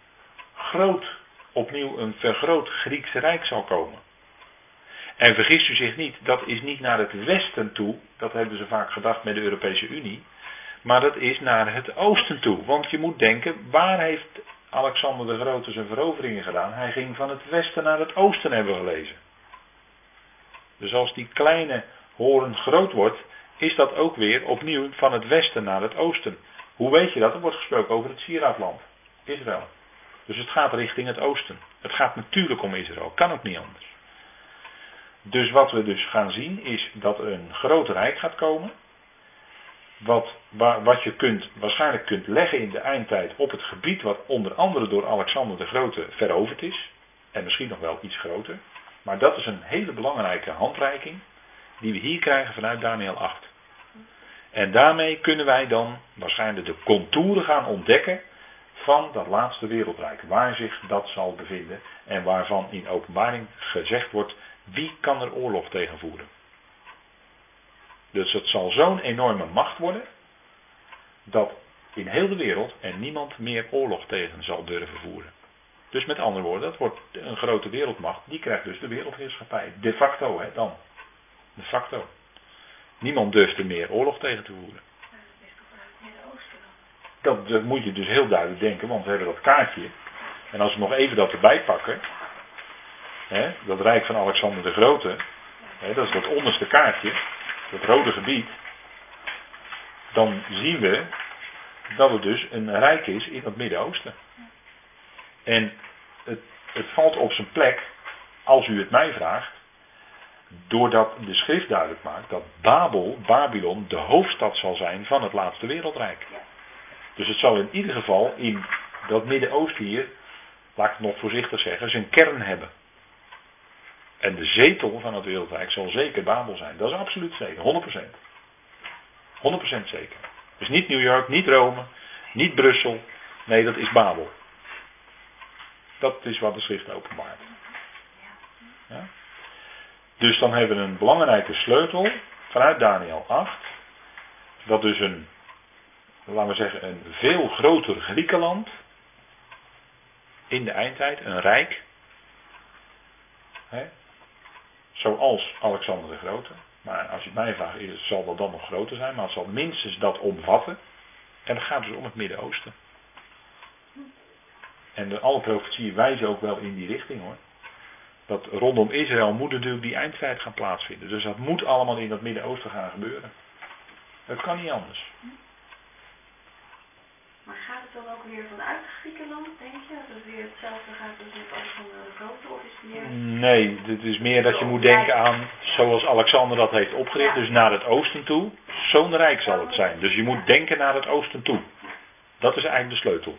[SPEAKER 1] opnieuw een vergroot Grieks Rijk zal komen. En vergist u zich niet, dat is niet naar het westen toe, dat hebben ze vaak gedacht met de Europese Unie, maar dat is naar het oosten toe. Want je moet denken, waar heeft Alexander de Grote zijn veroveringen gedaan? Hij ging van het westen naar het oosten, hebben we gelezen. Dus als die kleine hoorn groot wordt, is dat ook weer opnieuw van het westen naar het oosten. Hoe weet je dat? Er wordt gesproken over het sieraadland, Israël. Dus het gaat richting het oosten. Het gaat natuurlijk om Israël, kan ook niet anders. Dus wat we dus gaan zien is dat er een groot rijk gaat komen. Wat je waarschijnlijk kunt leggen in de eindtijd op het gebied wat onder andere door Alexander de Grote veroverd is. En misschien nog wel iets groter. Maar dat is een hele belangrijke handreiking die we hier krijgen vanuit Daniel 8. En daarmee kunnen wij dan waarschijnlijk de contouren gaan ontdekken van dat laatste wereldrijk. Waar zich dat zal bevinden en waarvan in openbaring gezegd wordt, wie kan er oorlog tegen voeren. Dus het zal zo'n enorme macht worden, dat in heel de wereld er niemand meer oorlog tegen zal durven voeren. Dus met andere woorden, dat wordt een grote wereldmacht, die krijgt dus de wereldheerschappij. De facto, hè, dan. De facto. Niemand durft er meer oorlog tegen te voeren.
[SPEAKER 2] Maar dat is toch vanuit het Midden-Oosten dan?
[SPEAKER 1] Dat moet je dus heel duidelijk denken, want we hebben dat kaartje. En als we nog even dat erbij pakken, hè, dat rijk van Alexander de Grote, hè, dat is dat onderste kaartje, dat rode gebied, dan zien we dat het dus een rijk is in het Midden-Oosten. En het valt op zijn plek, als u het mij vraagt, doordat de schrift duidelijk maakt dat Babylon, de hoofdstad zal zijn van het laatste wereldrijk. Dus het zal in ieder geval in dat Midden-Oosten hier, laat ik het nog voorzichtig zeggen, zijn kern hebben. En de zetel van het wereldrijk zal zeker Babel zijn. Dat is absoluut zeker, 100%. 100% zeker. Dus niet New York, niet Rome, niet Brussel. Nee, dat is Babel. Dat is wat de schrift openbaart. Ja? Dus dan hebben we een belangrijke sleutel vanuit Daniel 8. Dat dus een, laten we zeggen, een veel groter Griekenland in de eindtijd, een rijk. Hè? Zoals Alexander de Grote. Maar als je het mij vraagt, zal dat dan nog groter zijn. Maar het zal minstens dat omvatten. En het gaat dus om het Midden-Oosten. En alle profetieën wijzen ook wel in die richting hoor. Dat rondom Israël moet natuurlijk die eindtijd gaan plaatsvinden. Dus dat moet allemaal in dat Midden-Oosten gaan gebeuren. Dat kan niet anders.
[SPEAKER 2] Maar gaat het dan ook weer vanuit Griekenland, denk je? Dat het weer hetzelfde gaat als met Alexander de Grote? Of is het meer...
[SPEAKER 1] Nee, het is meer dat je moet denken aan zoals Alexander dat heeft opgericht. Dus naar het oosten toe. Zo'n rijk zal het zijn. Dus je moet denken naar het oosten toe. Dat is eigenlijk de sleutel.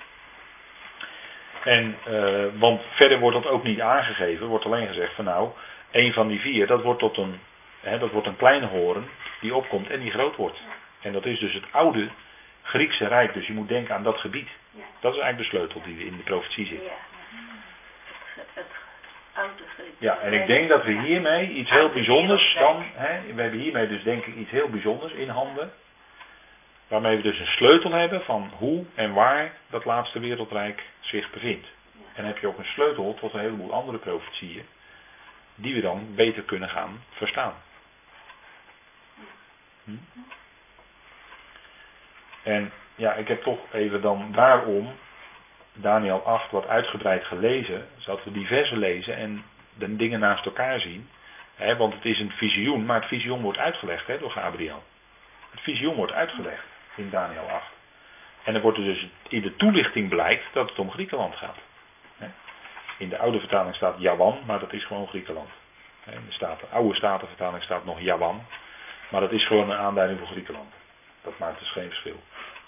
[SPEAKER 1] En, want verder wordt dat ook niet aangegeven. Er wordt alleen gezegd van nou, een van die 4, dat wordt een kleine hoorn die opkomt en die groot wordt. En dat is dus het oude Griekse Rijk. Dus je moet denken aan dat gebied. Dat is eigenlijk de sleutel die in de profetie zit.
[SPEAKER 2] Het oude Griekse.
[SPEAKER 1] Ja, en ik denk dat we hiermee iets heel bijzonders dan, we hebben hiermee dus denk ik iets heel bijzonders in handen. Waarmee we dus een sleutel hebben van hoe en waar dat laatste wereldrijk zich bevindt. En dan heb je ook een sleutel tot een heleboel andere profetieën. Die we dan beter kunnen gaan verstaan. En ja, ik heb toch even dan daarom Daniel 8 wat uitgebreid gelezen. Zodat we die versen lezen en de dingen naast elkaar zien. Want het is een visioen, maar het visioen wordt uitgelegd door Gabriel. Het visioen wordt uitgelegd in Daniel 8. En er wordt dus in de toelichting blijkt dat het om Griekenland gaat. In de oude vertaling staat Javan, maar dat is gewoon Griekenland. In de oude statenvertaling staat nog Javan, maar dat is gewoon een aanduiding voor Griekenland. Dat maakt dus geen verschil.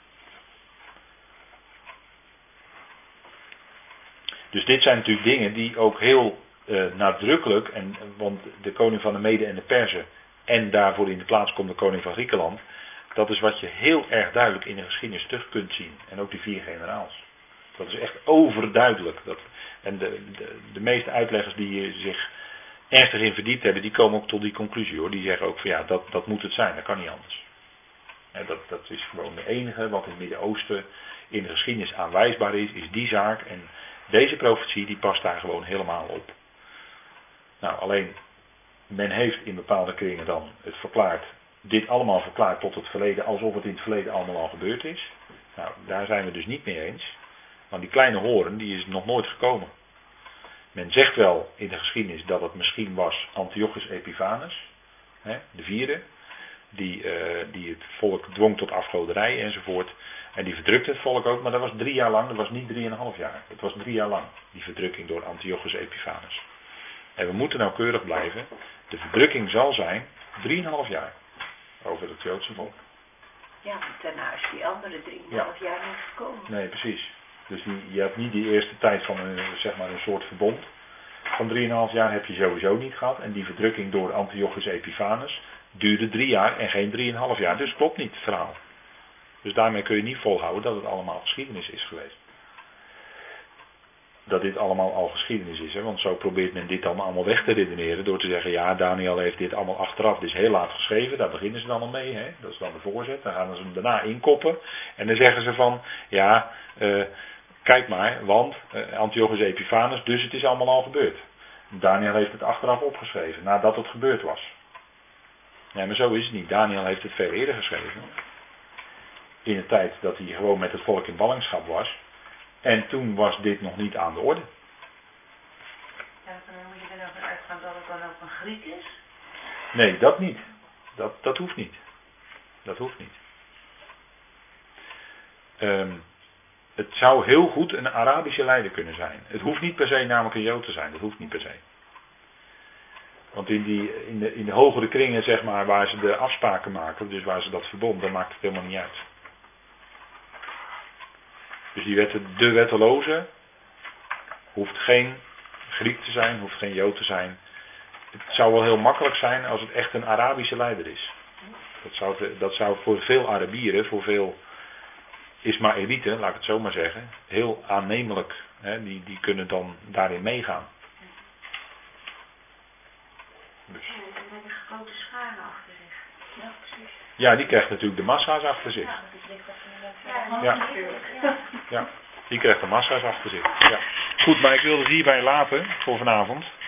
[SPEAKER 1] Dus dit zijn natuurlijk dingen die ook heel nadrukkelijk, want de koning van de Mede en de Perzen en daarvoor in de plaats komt de koning van Griekenland, dat is wat je heel erg duidelijk in de geschiedenis terug kunt zien. En ook die 4 generaals. Dat is echt overduidelijk. En de meeste uitleggers die zich ernstig in verdiept hebben, die komen ook tot die conclusie hoor. Die zeggen ook van ja, dat moet het zijn, dat kan niet anders. En dat is gewoon de enige wat in het Midden-Oosten in de geschiedenis aanwijsbaar is die zaak. En deze profetie die past daar gewoon helemaal op. Nou, alleen men heeft in bepaalde kringen dan het verklaard, dit allemaal verklaard tot het verleden, alsof het in het verleden allemaal al gebeurd is. Nou, daar zijn we dus niet mee eens. Want die kleine hoorn, die is nog nooit gekomen. Men zegt wel in de geschiedenis dat het misschien was Antiochus Epiphanes, de 4e, die het volk dwong tot afgoderij enzovoort. En die verdrukte het volk ook, maar dat was 3 jaar lang, dat was niet 3,5 jaar. Het was 3 jaar lang, die verdrukking door Antiochus Epiphanes. En we moeten nauwkeurig blijven. De verdrukking zal zijn 3,5 jaar over het Joodse volk.
[SPEAKER 2] Ja, want daarna is die andere 3,5 jaar niet gekomen.
[SPEAKER 1] Nee, precies. Dus je hebt niet die eerste tijd van een soort verbond. Van 3,5 jaar heb je sowieso niet gehad. En die verdrukking door Antiochus Epiphanes duurde 3 jaar en geen 3,5 jaar. Dus klopt niet het verhaal. Dus daarmee kun je niet volhouden dat het allemaal geschiedenis is geweest. Dat dit allemaal al geschiedenis is. Want zo probeert men dit dan allemaal weg te redeneren. Door te zeggen, ja, Daniel heeft dit allemaal achteraf. Dit is heel laat geschreven. Daar beginnen ze dan al mee. Dat is dan de voorzet. Dan gaan ze hem daarna inkoppen. En dan zeggen ze van, ja, kijk maar. Want Antiochus Epiphanes, dus het is allemaal al gebeurd. Daniel heeft het achteraf opgeschreven. Nadat het gebeurd was. Nee, maar zo is het niet. Daniel heeft het veel eerder geschreven. In de tijd dat hij gewoon met het volk in ballingschap was. En toen was dit nog niet aan de orde.
[SPEAKER 3] Ja, dan moet je er dan van uitgaan dat het dan ook een Griek is?
[SPEAKER 1] Nee, dat niet. Dat hoeft niet. Dat hoeft niet. Het zou heel goed een Arabische leider kunnen zijn. Het hoeft niet per se namelijk een Jood te zijn. Dat hoeft niet per se. Want in de hogere kringen, zeg maar, waar ze de afspraken maken, dus waar ze dat verbond, dan maakt het helemaal niet uit. Dus de wetteloze hoeft geen Griek te zijn, hoeft geen Jood te zijn. het zou wel heel makkelijk zijn als het echt een Arabische leider is. Dat zou voor veel Arabieren, voor veel Ismaëlieten, laat ik het zo maar zeggen, heel aannemelijk. Hè, die kunnen dan daarin meegaan. Dus.
[SPEAKER 2] Ja, en met een grote scharen achter zich.
[SPEAKER 3] Ja, precies.
[SPEAKER 1] Ja, die krijgt natuurlijk de massa's achter zich.
[SPEAKER 3] Ja, dat is licht dat van de
[SPEAKER 2] Ja,
[SPEAKER 1] Ja.
[SPEAKER 2] natuurlijk.
[SPEAKER 1] Ja, die krijgt de massa's achter zich. Ja. Goed, maar ik wil het hierbij laten voor vanavond.